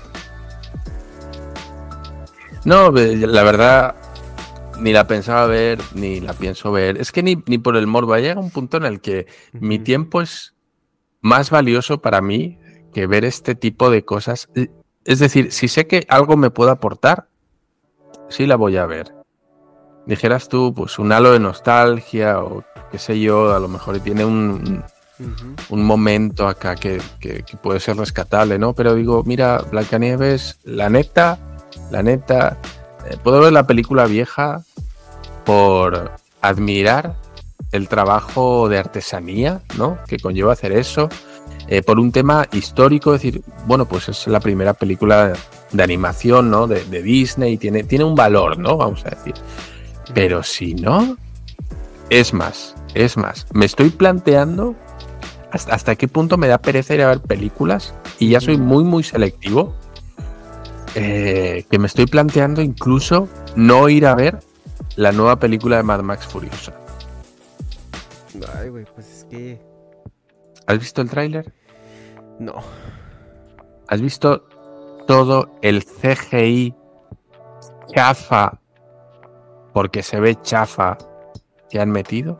No, la verdad. Ni la pensaba ver, ni la pienso ver. Es que ni, ni por el morbo. Llega un punto en el que uh-huh. mi tiempo es más valioso para mí que ver este tipo de cosas. Es decir, si sé que algo me puede aportar, sí la voy a ver. Dijeras tú, pues un halo de nostalgia o qué sé yo, a lo mejor tiene un, uh-huh. un momento acá que, que, que puede ser rescatable, ¿no? Pero digo, mira, Blancanieves, la neta, la neta... Puedo ver la película vieja por admirar el trabajo de artesanía, ¿no? Que conlleva hacer eso, eh, por un tema histórico, es decir, bueno, pues es la primera película de animación, ¿no? De, de Disney, tiene, tiene un valor, ¿no? Vamos a decir. Pero si no, Es más, es más. Me estoy planteando hasta, hasta qué punto me da pereza ir a ver películas y ya soy muy, muy selectivo. Eh, que me estoy planteando incluso no ir a ver la nueva película de Mad Max Furiosa. Ay, güey, pues es que... ¿Has visto el tráiler? No. ¿Has visto todo el C G I chafa, porque se ve chafa, que han metido?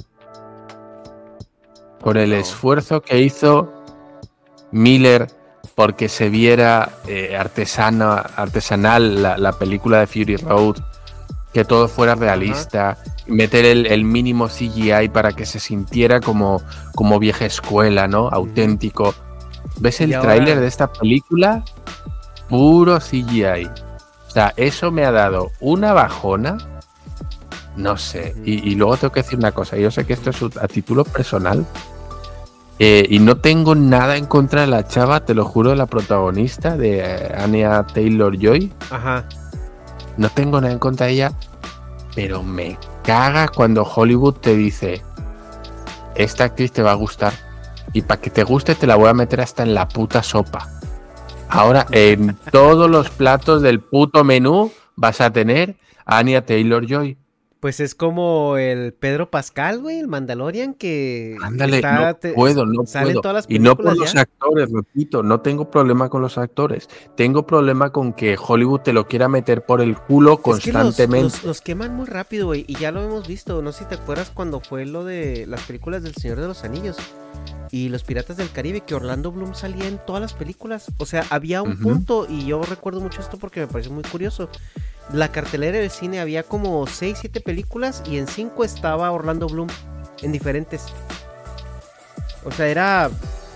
Con el no. esfuerzo que hizo Miller porque se viera eh, artesana, artesanal la, la película de Fury Road, que todo fuera realista, ajá. meter el, el mínimo C G I para que se sintiera como, como vieja escuela, ¿no? Uh-huh. Auténtico. ¿Ves el ahora... tráiler de esta película? Puro C G I. O sea, eso me ha dado una bajona. No sé. Uh-huh. Y, y luego tengo que decir una cosa. Yo sé que esto es a título personal. Eh, y no tengo nada en contra de la chava, te lo juro, de la protagonista, de eh, Anya Taylor-Joy. Ajá. No tengo nada en contra de ella, pero me caga cuando Hollywood te dice: esta actriz te va a gustar, y para que te guste te la voy a meter hasta en la puta sopa. Ahora en todos los platos del puto menú vas a tener a Anya Taylor-Joy. Pues es como el Pedro Pascal, güey, el Mandalorian, que... Ándale, está, no te, puedo, no puedo. Todas las y no por ya. Los actores, repito, no tengo problema con los actores. Tengo problema con que Hollywood te lo quiera meter por el culo es constantemente. Que los, los, los queman muy rápido, güey, y ya lo hemos visto. No sé si te acuerdas cuando fue lo de las películas del Señor de los Anillos y los Piratas del Caribe, que Orlando Bloom salía en todas las películas. O sea, había un uh-huh. punto, y yo recuerdo mucho esto porque me pareció muy curioso. La cartelera del cine había como seis, siete películas y en cinco estaba Orlando Bloom en diferentes. O sea, era...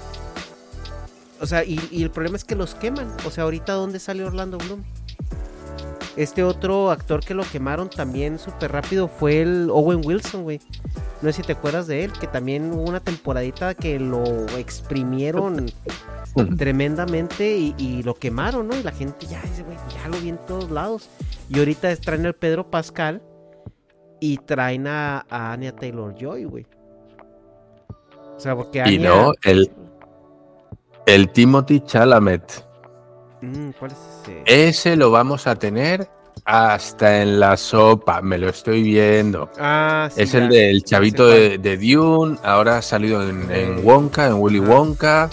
O sea, y, y el problema es que los queman. O sea, ahorita ¿dónde sale Orlando Bloom? Este otro actor que lo quemaron también súper rápido fue el Owen Wilson, güey. No sé si te acuerdas de él, que también hubo una temporadita que lo exprimieron tremendamente y, y lo quemaron, ¿no? Y la gente ya dice, güey, ya lo vi en todos lados. Y ahorita traen al Pedro Pascal y traen a, a Anya Taylor-Joy, güey. O sea, porque Anya... Y no, el, el Timothy Chalamet. Mm, ¿cuál es ese? Ese lo vamos a tener hasta en la sopa, me lo estoy viendo. Ah, sí, es ya, el del chavito de, de Dune, ahora ha salido en, en Wonka, en Willy Wonka.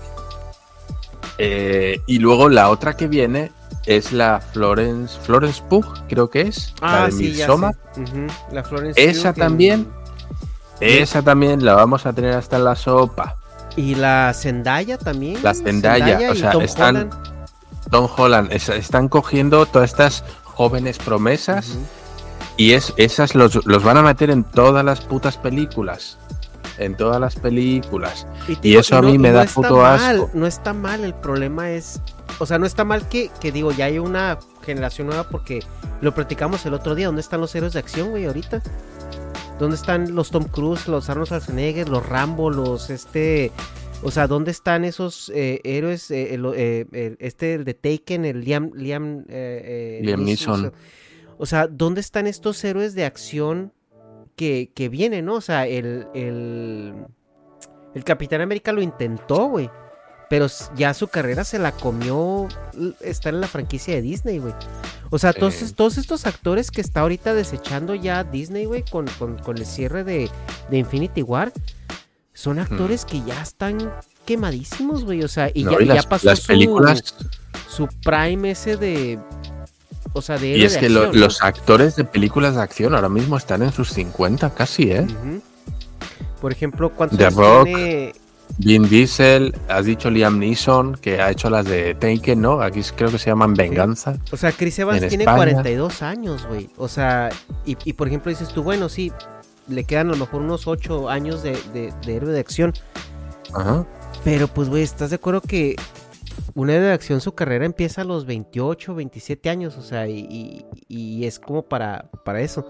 Eh, y luego la otra que viene es la Florence Florence Pugh, creo que es, ah, la de sí, Midsommar. Uh-huh. La Florence esa Pugh también, que... esa también la vamos a tener hasta en la sopa. Y la Zendaya también. La Zendaya, Zendaya o sea, Tom están Holland. Tom Holland, es, están cogiendo todas estas jóvenes promesas uh-huh. y es, esas los, los van a meter en todas las putas películas. En todas las películas. Y, tío, y eso no, a mí me no da puto mal, asco. No está mal, el problema es... O sea, no está mal que, que digo, ya hay una generación nueva porque lo platicamos el otro día. ¿Dónde están los héroes de acción, güey, ahorita? ¿Dónde están los Tom Cruise, los Arnold Schwarzenegger, los Rambo, los este... O sea, ¿dónde están esos eh, héroes? Eh, el, eh, el, este, el de Taken, el Liam... Liam, eh, eh, Liam Neeson. O sea, ¿dónde están estos héroes de acción que, que vienen, no? O sea, el, el... El Capitán América lo intentó, güey. Pero ya su carrera se la comió estar en la franquicia de Disney, güey. O sea, todos, eh. todos estos actores que está ahorita desechando ya Disney, güey, con, con, con el cierre de, de Infinity War, son actores hmm. que ya están quemadísimos, güey. O sea, y, no, ya, y las, ya pasó las películas... su, su prime ese de... O sea, de... Y es de que acción, lo, ¿no? los actores de películas de acción ahora mismo están en sus cincuenta casi, ¿eh? Uh-huh. Por ejemplo, ¿cuántos The Rock, tiene... Vin Diesel, has dicho Liam Neeson, que ha hecho las de Taken, ¿no? Aquí creo que se llaman Venganza. O sea, Chris Evans tiene España. cuarenta y dos años, güey. O sea, y, y por ejemplo dices tú, bueno, sí, le quedan a lo mejor unos ocho años de, de, de héroe de acción. Ajá. Pero pues, güey, ¿estás de acuerdo que un héroe de acción, su carrera empieza a los veintiocho, veintisiete años? O sea, y, y, y es como para, para eso.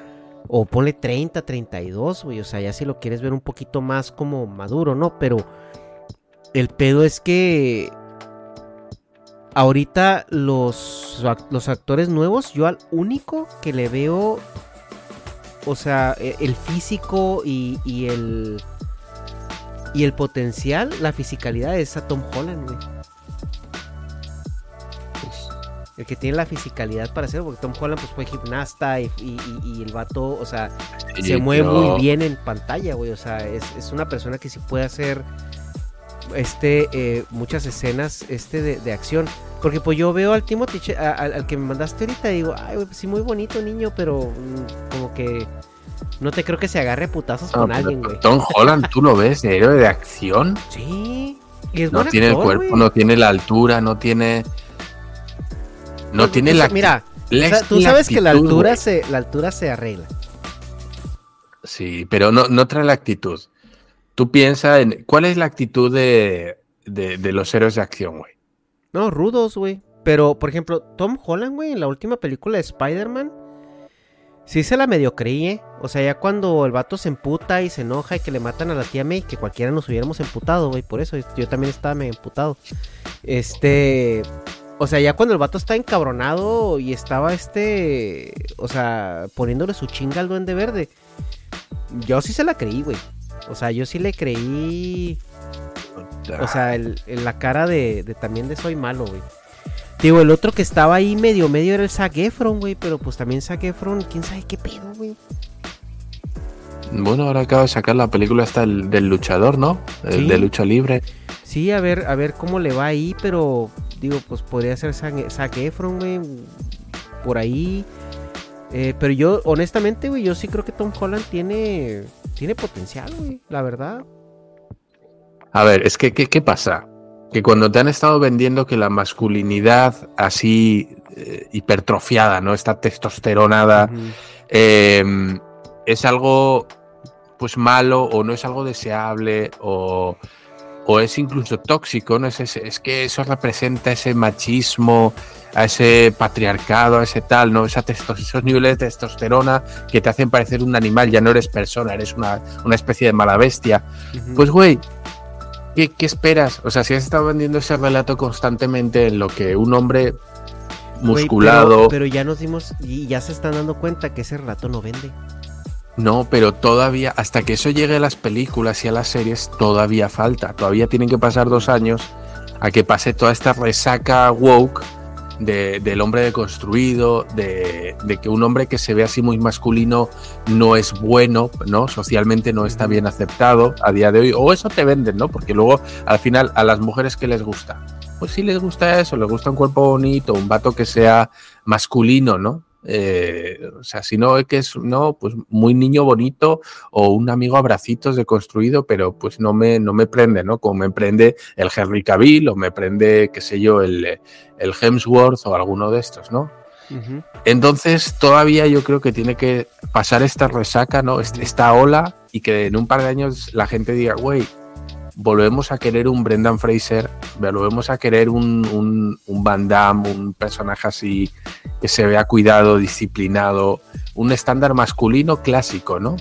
O ponle treinta, treinta y dos, güey. O sea, ya si lo quieres ver un poquito más como maduro, ¿no? Pero el pedo es que ahorita los, los actores nuevos, yo al único que le veo o sea, el físico y, y el y el potencial, la fisicalidad es a Tom Holland, güey. El que tiene la fisicalidad para hacerlo, porque Tom Holland pues fue gimnasta y, y, y el vato, o sea, sí, se mueve no. muy bien en pantalla, güey, o sea, es, es una persona que sí puede hacer este eh, muchas escenas este de, de acción, porque pues yo veo al Timothy, al, al que me mandaste ahorita y digo, ay, güey, pues, sí, muy bonito niño, pero mm, como que no te creo que se agarre putazos no, con alguien, güey. Tom Holland, ¿tú lo ves de héroe de acción? Sí, y es no tiene actor, el cuerpo, wey. No tiene la altura, no tiene... No pues, tiene la... Mira, la, o sea, tú sabes actitud, que la altura, se, la altura se arregla. Sí, pero no, no trae la actitud. Tú piensas en... ¿Cuál es la actitud de, de, de los héroes de acción, güey? No, rudos, güey. Pero, por ejemplo, Tom Holland, güey, en la última película de Spider-Man, sí se la medio creí, ¿eh? O sea, ya cuando el vato se emputa y se enoja y que le matan a la tía May, que cualquiera nos hubiéramos emputado, güey, por eso yo también estaba medio emputado. Este... O sea, ya cuando el vato está encabronado y estaba este... O sea, poniéndole su chinga al Duende Verde. Yo sí se la creí, güey. O sea, yo sí le creí... O sea, el, el, la cara de, de también de soy malo, güey. Digo, el otro que estaba ahí medio medio era el Zac Efron, güey. Pero pues también Zac Efron, quién sabe qué pedo, güey. Bueno, ahora acaba de sacar la película esta del, del luchador, ¿no? El ¿sí? De lucha libre. Sí, a ver, a ver cómo le va ahí, pero... Digo, pues podría ser Zac Efron, güey, por ahí. Eh, pero yo, honestamente, güey, yo sí creo que Tom Holland tiene, tiene potencial, güey, la verdad. A ver, es que, ¿qué, qué pasa? Que cuando te han estado vendiendo que la masculinidad así eh, hipertrofiada, ¿no? Esta testosteronada, uh-huh. eh, es algo, pues, malo o no es algo deseable o... O es incluso tóxico, ¿no? Es, es, es que eso representa ese machismo, a ese patriarcado, a ese tal, ¿no? Esa testos, esos niveles de testosterona que te hacen parecer un animal, ya no eres persona, eres una, una especie de mala bestia. Uh-huh. Pues, güey, ¿qué, ¿qué esperas? O sea, si has estado vendiendo ese relato constantemente en lo que un hombre musculado... Wey, pero, pero ya nos dimos, y ya se están dando cuenta que ese relato no vende. No, pero todavía, hasta que eso llegue a las películas y a las series, todavía falta. Todavía tienen que pasar dos años a que pase toda esta resaca woke de, del hombre deconstruido, de, de que un hombre que se ve así muy masculino no es bueno, ¿no? Socialmente no está bien aceptado a día de hoy. O eso te venden, ¿no? Porque luego, al final, a las mujeres, ¿qué les gusta? Pues sí les gusta eso, les gusta un cuerpo bonito, un vato que sea masculino, ¿no? Eh, o sea, si no es que es no, pues muy niño bonito o un amigo abracitos deconstruido, pero pues no me, no me prende, ¿no? Como me prende el Henry Cavill o me prende, qué sé yo, el, el Hemsworth o alguno de estos, ¿no? Uh-huh. Entonces todavía yo creo que tiene que pasar esta resaca, ¿no? Esta ola y que en un par de años la gente diga, güey, volvemos a querer un Brendan Fraser, volvemos a querer un, un, un Van Damme, un personaje así que se vea cuidado, disciplinado, un estándar masculino clásico, ¿no?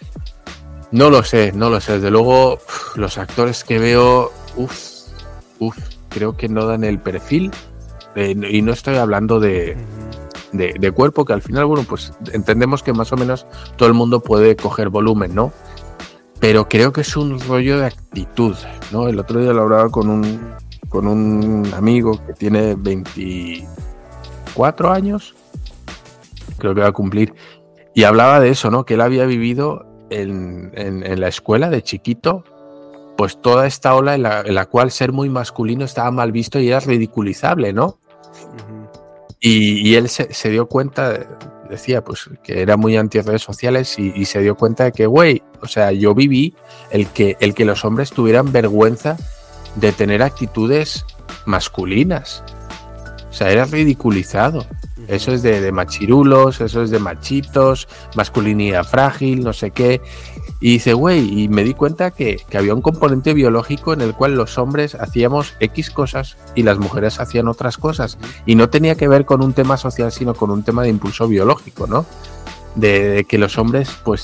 No lo sé, no lo sé. Desde luego, uf, los actores que veo, uff, uff, creo que no dan el perfil. Eh, y no estoy hablando de, de, de cuerpo, que al final, bueno, pues entendemos que más o menos todo el mundo puede coger volumen, ¿no? Pero creo que es un rollo de actitud, ¿no? El otro día lo hablaba con un, con un amigo que tiene veinticuatro años, creo que va a cumplir, y hablaba de eso, ¿no? Que él había vivido en, en, en la escuela de chiquito, pues toda esta ola en la, en la cual ser muy masculino estaba mal visto y era ridiculizable, ¿no? Uh-huh. Y, y él se, se dio cuenta... De, decía pues que era muy anti redes sociales y, y se dio cuenta de que, güey, o sea, yo viví el que, el que los hombres tuvieran vergüenza de tener actitudes masculinas. O sea, era ridiculizado. Eso es de, de machirulos, eso es de machitos, masculinidad frágil, no sé qué. Y dice, güey, y me di cuenta que, que había un componente biológico en el cual los hombres hacíamos X cosas y las mujeres hacían otras cosas. Y no tenía que ver con un tema social, sino con un tema de impulso biológico, ¿no? De, de que los hombres, pues,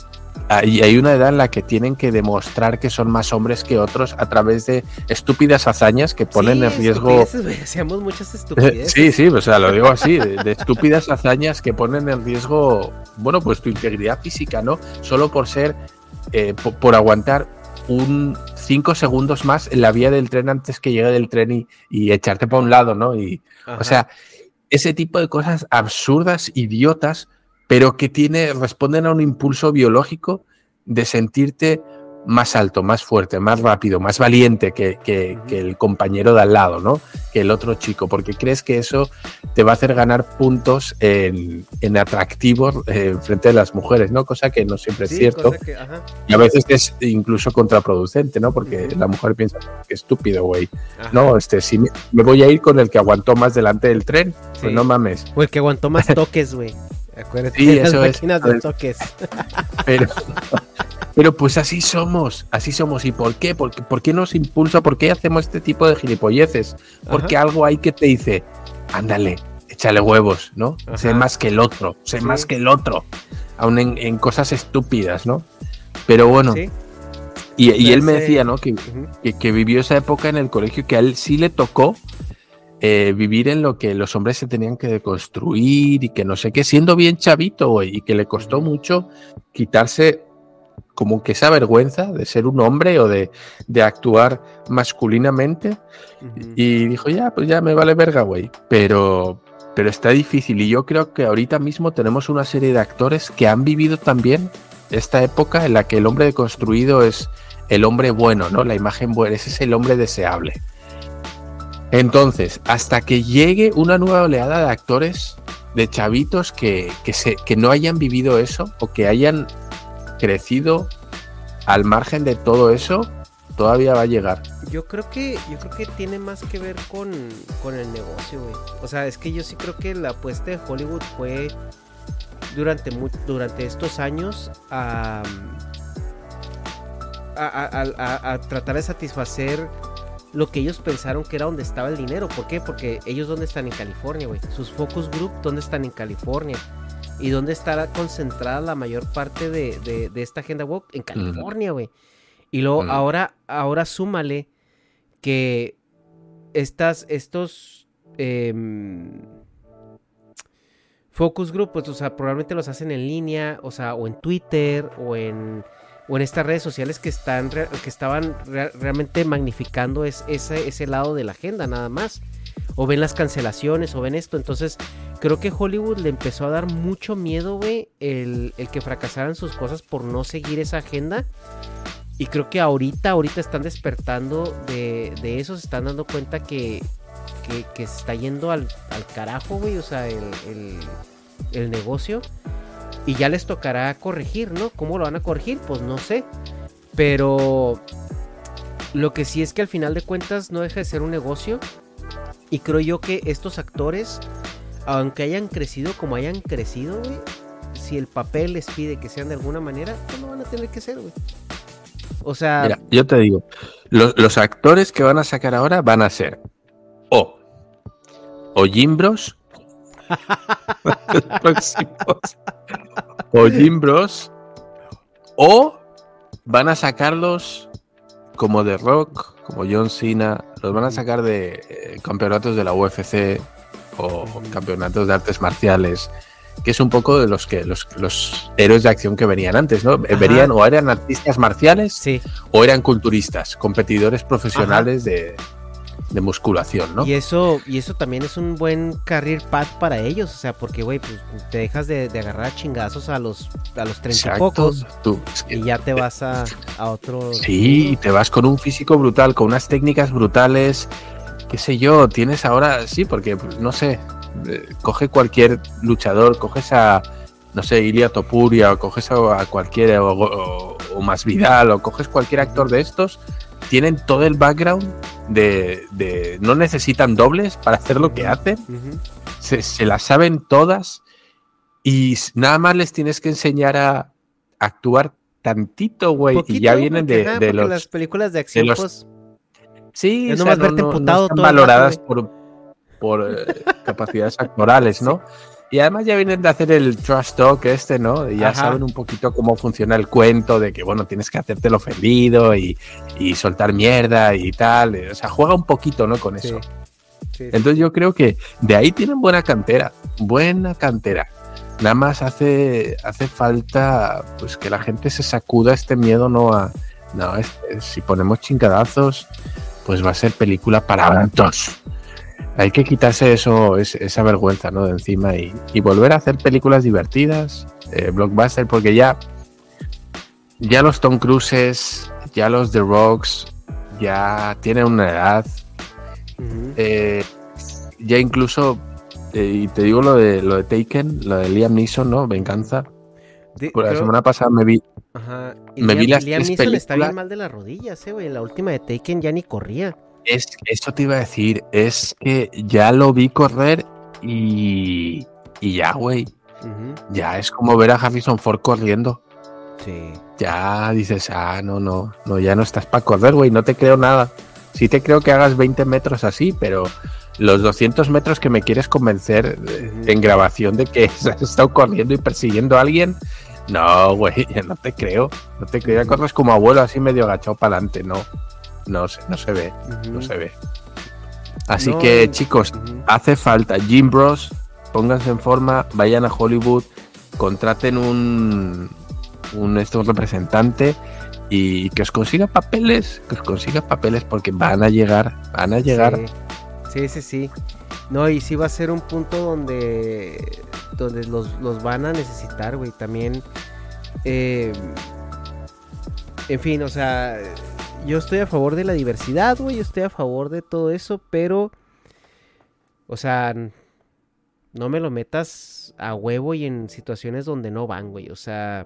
y hay una edad en la que tienen que demostrar que son más hombres que otros a través de estúpidas hazañas que ponen sí, en riesgo. Hacíamos muchas estupideces. Sí, sí, o sea, lo digo así, de, de estúpidas hazañas que ponen en riesgo, bueno, pues tu integridad física, ¿no? Solo por ser, eh, por, por aguantar un cinco segundos más en la vía del tren antes que llegue del tren y, y echarte para un lado, ¿no? Y, o sea, ese tipo de cosas absurdas, idiotas, pero que tiene, responden a un impulso biológico de sentirte más alto, más fuerte, más rápido, más valiente que, que, que el compañero de al lado, ¿no? Que el otro chico, porque crees que eso te va a hacer ganar puntos en, en atractivos eh, frente a las mujeres, ¿no? Cosa que no siempre es sí, cierto. Que, y a veces es incluso contraproducente, ¿no? Porque uh-huh. la mujer piensa, qué estúpido, güey. No, este, si me, me voy a ir con el que aguantó más delante del tren, sí. Pues no mames. O el que aguantó más toques, güey. Acuérdate sí, de las eso máquinas es. de toques. Pero... Pero pues así somos, así somos. ¿Y por qué? ¿Por qué, por qué nos impulsa? ¿Por qué hacemos este tipo de gilipolleces? Porque Ajá. algo hay que te dice, ándale, échale huevos, ¿no? Ajá. Sé más que el otro, sé sí. más que el otro. Aún en, en cosas estúpidas, ¿no? Pero bueno, sí. y, y él me decía, ¿no? Que, uh-huh. que, que vivió esa época en el colegio, que a él sí le tocó eh, vivir en lo que los hombres se tenían que deconstruir y que no sé qué, siendo bien chavito, güey, y que le costó mucho quitarse como que esa vergüenza de ser un hombre o de, de actuar masculinamente. Uh-huh. Y dijo, ya, pues ya me vale verga, güey. Pero, pero está difícil. Y yo creo que ahorita mismo tenemos una serie de actores que han vivido también esta época en la que el hombre deconstruido es el hombre bueno, ¿no? La imagen buena, ese es el hombre deseable. Entonces, hasta que llegue una nueva oleada de actores, de chavitos que, que, se, que no hayan vivido eso o que hayan crecido al margen de todo eso, todavía va a llegar. Yo creo que yo creo que tiene más que ver con, con el negocio, güey. O sea, es que yo sí creo que la apuesta de Hollywood fue durante durante estos años a, a, a, a, a tratar de satisfacer lo que ellos pensaron que era donde estaba el dinero. ¿Por qué? Porque ellos ¿dónde están? En California, güey. Sus focus group ¿dónde están? En California. ¿Y dónde estará concentrada la mayor parte de, de, de esta agenda woke? En California, güey. Y luego mm. ahora, ahora súmale que estas, estos eh, focus group, pues, o sea, probablemente los hacen en línea, o sea, o en Twitter, o en, o en estas redes sociales que están, que estaban re- realmente magnificando es, ese, ese lado de la agenda, nada más. O ven las cancelaciones, o ven esto. Entonces, creo que Hollywood le empezó a dar mucho miedo, güey, el, el que fracasaran sus cosas por no seguir esa agenda. Y creo que ahorita, ahorita están despertando de, de eso, se están dando cuenta que, que, que se está yendo al, al carajo, güey, o sea, el, el, el negocio. Y ya les tocará corregir, ¿no? ¿Cómo lo van a corregir? Pues no sé. Pero lo que sí es que al final de cuentas no deja de ser un negocio. Y creo yo que estos actores, aunque hayan crecido como hayan crecido, güey, si el papel les pide que sean de alguna manera, pues no van a tener que ser, güey. O sea... Mira, yo te digo, los, los actores que van a sacar ahora van a ser o, o Jim Bros, los próximos, o Jim Bros, o van a sacarlos como The Rock, como John Cena, los van a sacar de eh, campeonatos de la U F C o campeonatos de artes marciales, que es un poco de los que los, los héroes de acción que venían antes, ¿no? Ajá. Venían o eran artistas marciales, sí, o eran culturistas, competidores profesionales de, de musculación, ¿no? Y eso, y eso también es un buen career path para ellos, o sea, porque, güey, pues te dejas de, de agarrar a chingazos a los a los treinta y pocos, tú, es que, y ya te vas a, a otro... Sí, y te vas con un físico brutal, con unas técnicas brutales, qué sé yo, tienes ahora, sí, porque, no sé, coge cualquier luchador, coges a, no sé, Ilia Topuria, o coges a, a cualquiera, o, o, o Masvidal, o coges cualquier actor de estos, tienen todo el background de, de no necesitan dobles para hacer lo que hacen, uh-huh. se, se las saben todas y nada más les tienes que enseñar a actuar tantito, güey, y ya vienen de, ajá, de los las películas de acción, de los, pues sí, es o sea, no, no, no están valoradas por, por eh, capacidades actorales, ¿no? Sí. Y además ya vienen de hacer el trash talk este, ¿no? Y ya Ajá. saben un poquito cómo funciona el cuento de que, bueno, tienes que hacerte el ofendido y, y soltar mierda y tal. O sea, juega un poquito, ¿no? Con Sí. eso. Sí, sí. Entonces yo creo que de ahí tienen buena cantera, buena cantera. Nada más hace, hace falta pues que la gente se sacuda este miedo, ¿no? A, no, es, es, si ponemos chingadazos, pues va a ser película para adultos. Hay que quitarse eso, es, esa vergüenza, ¿no? De encima y, y volver a hacer películas divertidas, eh, blockbuster, porque ya, ya los Tom Cruises, ya los The Rocks, ya tienen una edad. Ujú. Eh, ya incluso, eh, y te digo lo de lo de Taken, lo de Liam Neeson, ¿no? Venganza. De- Por la creo- semana pasada me vi, Ajá. Y me Liam, vi las Liam tres Neeson está bien películas. mal de las rodillas, eh, güey. En la última de Taken ya ni corría. Es, eso te iba a decir, es que ya lo vi correr y, y ya, güey, Ujú. ya es como ver a Harrison Ford corriendo. Sí. Ya dices, ah, no, no, no, ya no estás para correr, güey, no te creo nada. Sí te creo que hagas veinte metros así, pero los doscientos metros que me quieres convencer eh, Ujú. en grabación de que has estado corriendo y persiguiendo a alguien, no, güey, ya no te creo, no te creo, ya Ujú. corres como abuelo así medio agachado para adelante, no, no sé, no se ve, Ujú. no se ve. Así No, que, y- chicos, Ujú. hace falta Jim Bros, pónganse en forma, vayan a Hollywood, contraten un, un, este, un representante y que os consiga papeles, que os consiga papeles porque van a llegar, van a llegar. Sí, sí, sí, sí. No, y sí va a ser un punto donde, donde los, los van a necesitar, güey. También, eh, en fin, o sea, yo estoy a favor de la diversidad, güey. Yo estoy a favor de todo eso, pero, o sea, n- no me lo metas a huevo y en situaciones donde no van, güey. O sea,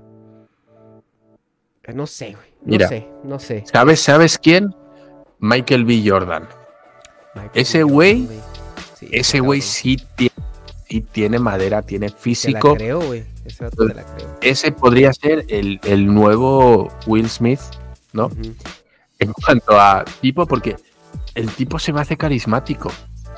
eh, no sé, güey. No Mira. sé, no sé. ¿Sabes, sabes quién? Michael B. Jordan. Michael ese B. Jordan, güey, Sí, Ese güey cabrón. sí tiene, sí tiene madera, tiene Te la físico. creo, güey. Ese vato te la creo. Ese podría ser el, el nuevo Will Smith, ¿no? Ujú. En cuanto a tipo, porque el tipo se me hace carismático.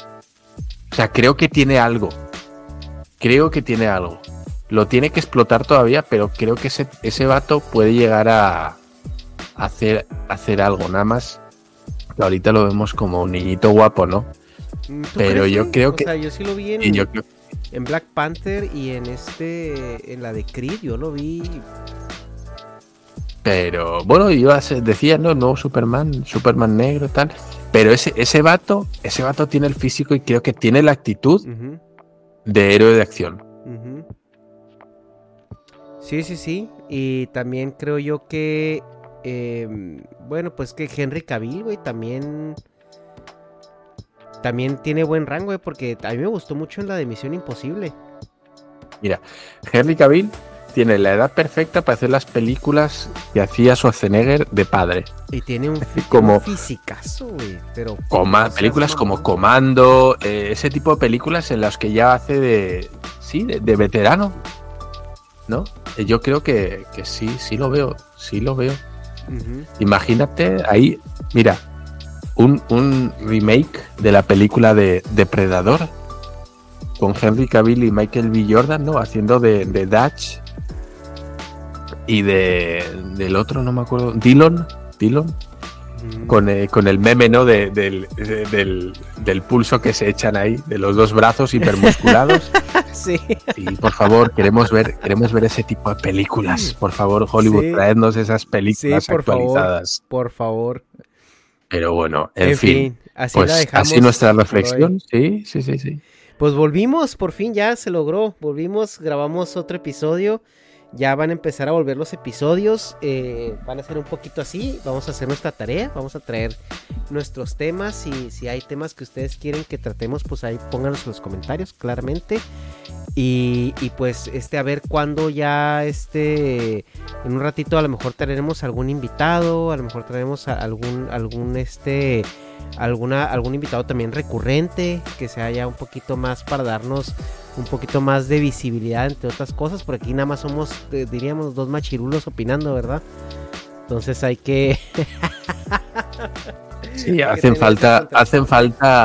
O sea, creo que tiene algo. Creo que tiene algo. Lo tiene que explotar todavía, pero creo que ese, ese vato puede llegar a hacer, hacer algo. Nada más que ahorita lo vemos como un niñito guapo, ¿no? ¿Tú Pero crees, yo güey? creo O que- sea, yo sí lo vi en, Y yo creo en Black Panther y en este... En la de Creed, yo lo vi... Pero bueno, iba a ser- decía, ¿no? Nuevo Superman, Superman negro, tal. Pero ese, ese vato, ese vato tiene el físico y creo que tiene la actitud Ujú, de héroe de acción. ujú. Sí, sí, sí. Y también creo yo que... eh, bueno, pues que Henry Cavill, güey, también... También tiene buen rango, güey, porque a mí me gustó mucho en la de Misión Imposible. Mira, Henry Cavill tiene la edad perfecta para hacer las películas que hacía Schwarzenegger de padre. Y tiene un, fi- Como- un fisicazo, güey. Pero... Coma- o sea, películas es como mamón. Comando, eh, ese tipo de películas en las que ya hace de, sí, de, de veterano, ¿no? Eh, Yo creo que, que sí, sí lo veo, sí lo veo. Ujú. Imagínate ahí, mira, un, un remake de la película de Depredador con Henry Cavill y Michael B. Jordan, ¿no? Haciendo de, de Dutch y de del otro, no me acuerdo, Dillon, Dillon, Ujú. con, eh, con el meme, ¿no? De- del, de- del, del pulso que se echan ahí, de los dos brazos hipermusculados. Sí. Y por favor, queremos ver, queremos ver ese tipo de películas. Por favor, Hollywood, Sí. traednos esas películas Sí, por favor. actualizadas. Por favor. Pero bueno, en, fin, así pues la dejamos. así nuestra por hoy. reflexión. Sí, sí, sí, sí. Pues volvimos, por fin ya se logró. Volvimos, grabamos otro episodio. Ya van a empezar a volver los episodios. eh, van a ser un poquito así. Vamos a hacer nuestra tarea. Vamos a traer nuestros temas. Y si hay temas que ustedes quieren que tratemos, pues ahí pónganos en los comentarios, claramente. Y, y pues este, a ver cuándo ya este. En un ratito a lo mejor traeremos algún invitado. A lo mejor traeremos a- algún, algún este. Alguna, algún invitado también recurrente. Que sea ya un poquito más para darnos un poquito más de visibilidad, entre otras cosas. Por aquí nada más somos, eh, diríamos, dos machirulos opinando, ¿verdad? Entonces hay que... Sí, hay que hacen tener ese falta, contraste. hacen falta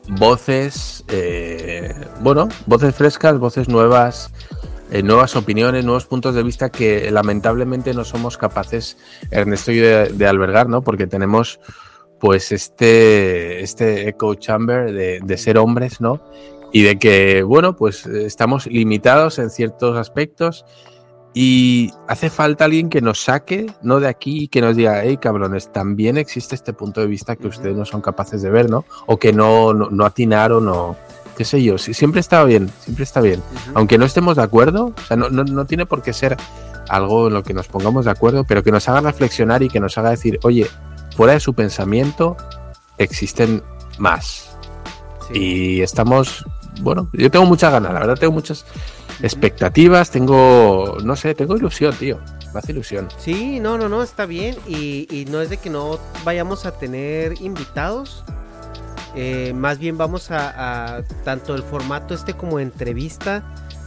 voces, eh, bueno, voces frescas, voces nuevas, eh, nuevas opiniones, nuevos puntos de vista que lamentablemente no somos capaces, Ernesto y yo, de, de albergar, ¿no? Porque tenemos pues este, este echo chamber de, de ser hombres, ¿no? Y de que, bueno, pues estamos limitados en ciertos aspectos y hace falta alguien que nos saque, ¿no?, de aquí y que nos diga, hey, cabrones, también existe este punto de vista que ustedes no son capaces de ver, ¿no? O que no, no, no atinaron o qué sé yo. Siempre está bien, siempre está bien. Uh-huh. Aunque no estemos de acuerdo, o sea, no, no, no tiene por qué ser algo en lo que nos pongamos de acuerdo, pero que nos haga reflexionar y que nos haga decir, oye, fuera de su pensamiento existen más. Sí. Y estamos, bueno, yo tengo muchas ganas, la verdad tengo muchas expectativas, tengo, no sé, tengo ilusión, tío, me hace ilusión. Sí, no, no, no, está bien y, y no es de que no vayamos a tener invitados, eh, más bien vamos a, a tanto el formato este como entrevista,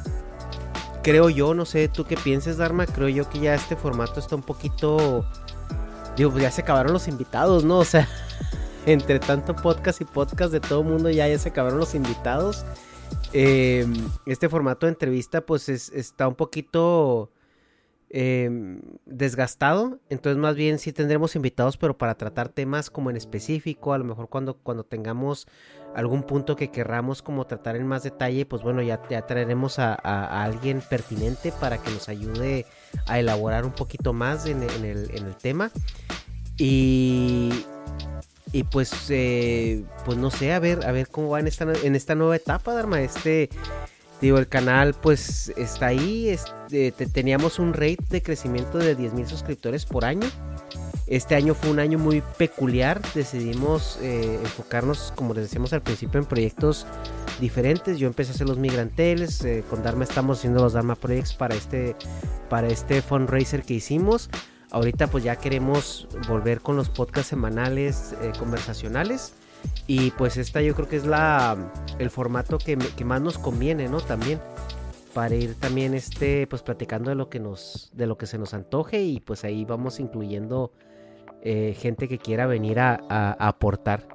creo yo, no sé, tú qué pienses, Dharma, creo yo que ya este formato está un poquito, digo, pues ya se acabaron los invitados, ¿no? O sea, entre tanto podcast y podcast de todo el mundo ya, ya se acabaron los invitados. Eh, este formato de entrevista pues es, está un poquito eh, desgastado, entonces más bien sí tendremos invitados, pero para tratar temas como en específico, a lo mejor cuando, cuando tengamos algún punto que querramos como tratar en más detalle, pues bueno, ya, ya traeremos a, a, a alguien pertinente para que nos ayude a elaborar un poquito más en, en, el, en el tema. Y... Y pues, eh, pues no sé, a ver, a ver cómo va en esta, en esta nueva etapa, Dharma. Este, digo, el canal pues está ahí, este, te, teníamos un rate de crecimiento de diez mil suscriptores por año. Este año fue un año muy peculiar, decidimos eh, enfocarnos, como les decíamos al principio, en proyectos diferentes. Yo empecé a hacer los Migranteles, eh, con Dharma estamos haciendo los Dharma Projects para este, para este fundraiser que hicimos. Ahorita pues ya queremos volver con los podcasts semanales eh, conversacionales y pues esta yo creo que es la el formato que, que más nos conviene, ¿no? También para ir también este pues platicando de lo que nos de lo que se nos antoje y pues ahí vamos incluyendo eh, gente que quiera venir a, a, a aportar.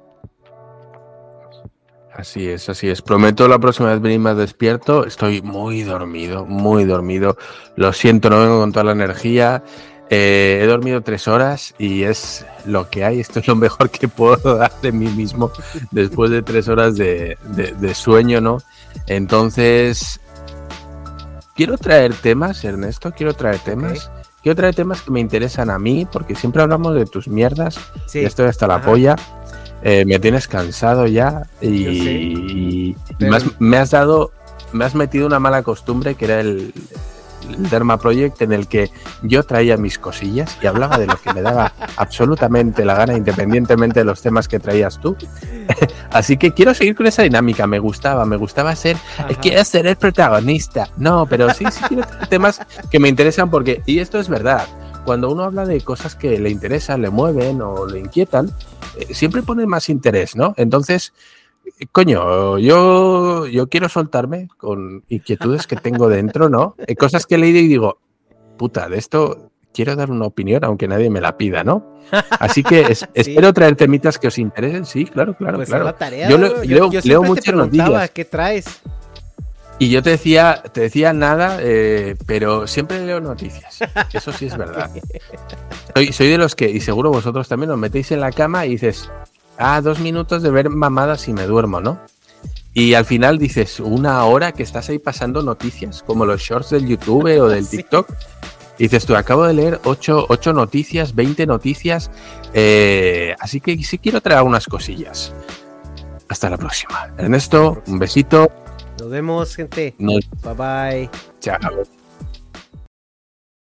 Así es, así es. Prometo la próxima vez venir más despierto. Estoy muy dormido, muy dormido. Lo siento, no vengo con toda la energía. Eh, he dormido tres horas y es lo que hay. Esto es lo mejor que puedo dar de mí mismo después de tres horas de, de, de sueño, ¿no? Entonces, quiero traer temas, Ernesto, quiero traer temas. Okay. Quiero traer temas que me interesan a mí, porque siempre hablamos de tus mierdas. Sí. Ya estoy hasta la Ajá. polla. Eh, me tienes cansado ya y, y Pero... me, has, me has dado, me has metido una mala costumbre que era el... el Dharma Project, en el que yo traía mis cosillas y hablaba de lo que me daba absolutamente la gana, independientemente de los temas que traías tú. Así que quiero seguir con esa dinámica. Me gustaba, me gustaba ser, Ajá. quiero ser el protagonista. No, pero sí, sí quiero traer temas que me interesan porque, y esto es verdad, cuando uno habla de cosas que le interesan, le mueven o le inquietan, eh, siempre pone más interés, ¿no? Entonces, coño, yo, yo quiero soltarme con inquietudes que tengo dentro, ¿no? Eh, cosas que he leído y digo, puta, de esto quiero dar una opinión, aunque nadie me la pida, ¿no? Así que es, sí. espero traer temitas que os interesen. Sí, claro, claro, pues claro. Es la tarea, yo leo, yo, leo, yo leo muchas noticias. ¿Qué traes? Y yo te decía, te decía nada, eh, pero siempre leo noticias. Eso sí es verdad. Soy, soy de los que, y seguro vosotros también, os metéis en la cama y dices, ah, dos minutos de ver mamadas y me duermo, ¿no? Y al final dices, una hora que estás ahí pasando noticias, como los shorts del YouTube o del sí. TikTok. Y dices tú, acabo de leer ocho, ocho noticias, veinte noticias, eh, así que sí quiero traer unas cosillas. Hasta la próxima. Ernesto, un besito. Nos vemos, gente. Nos... Bye bye. Chao.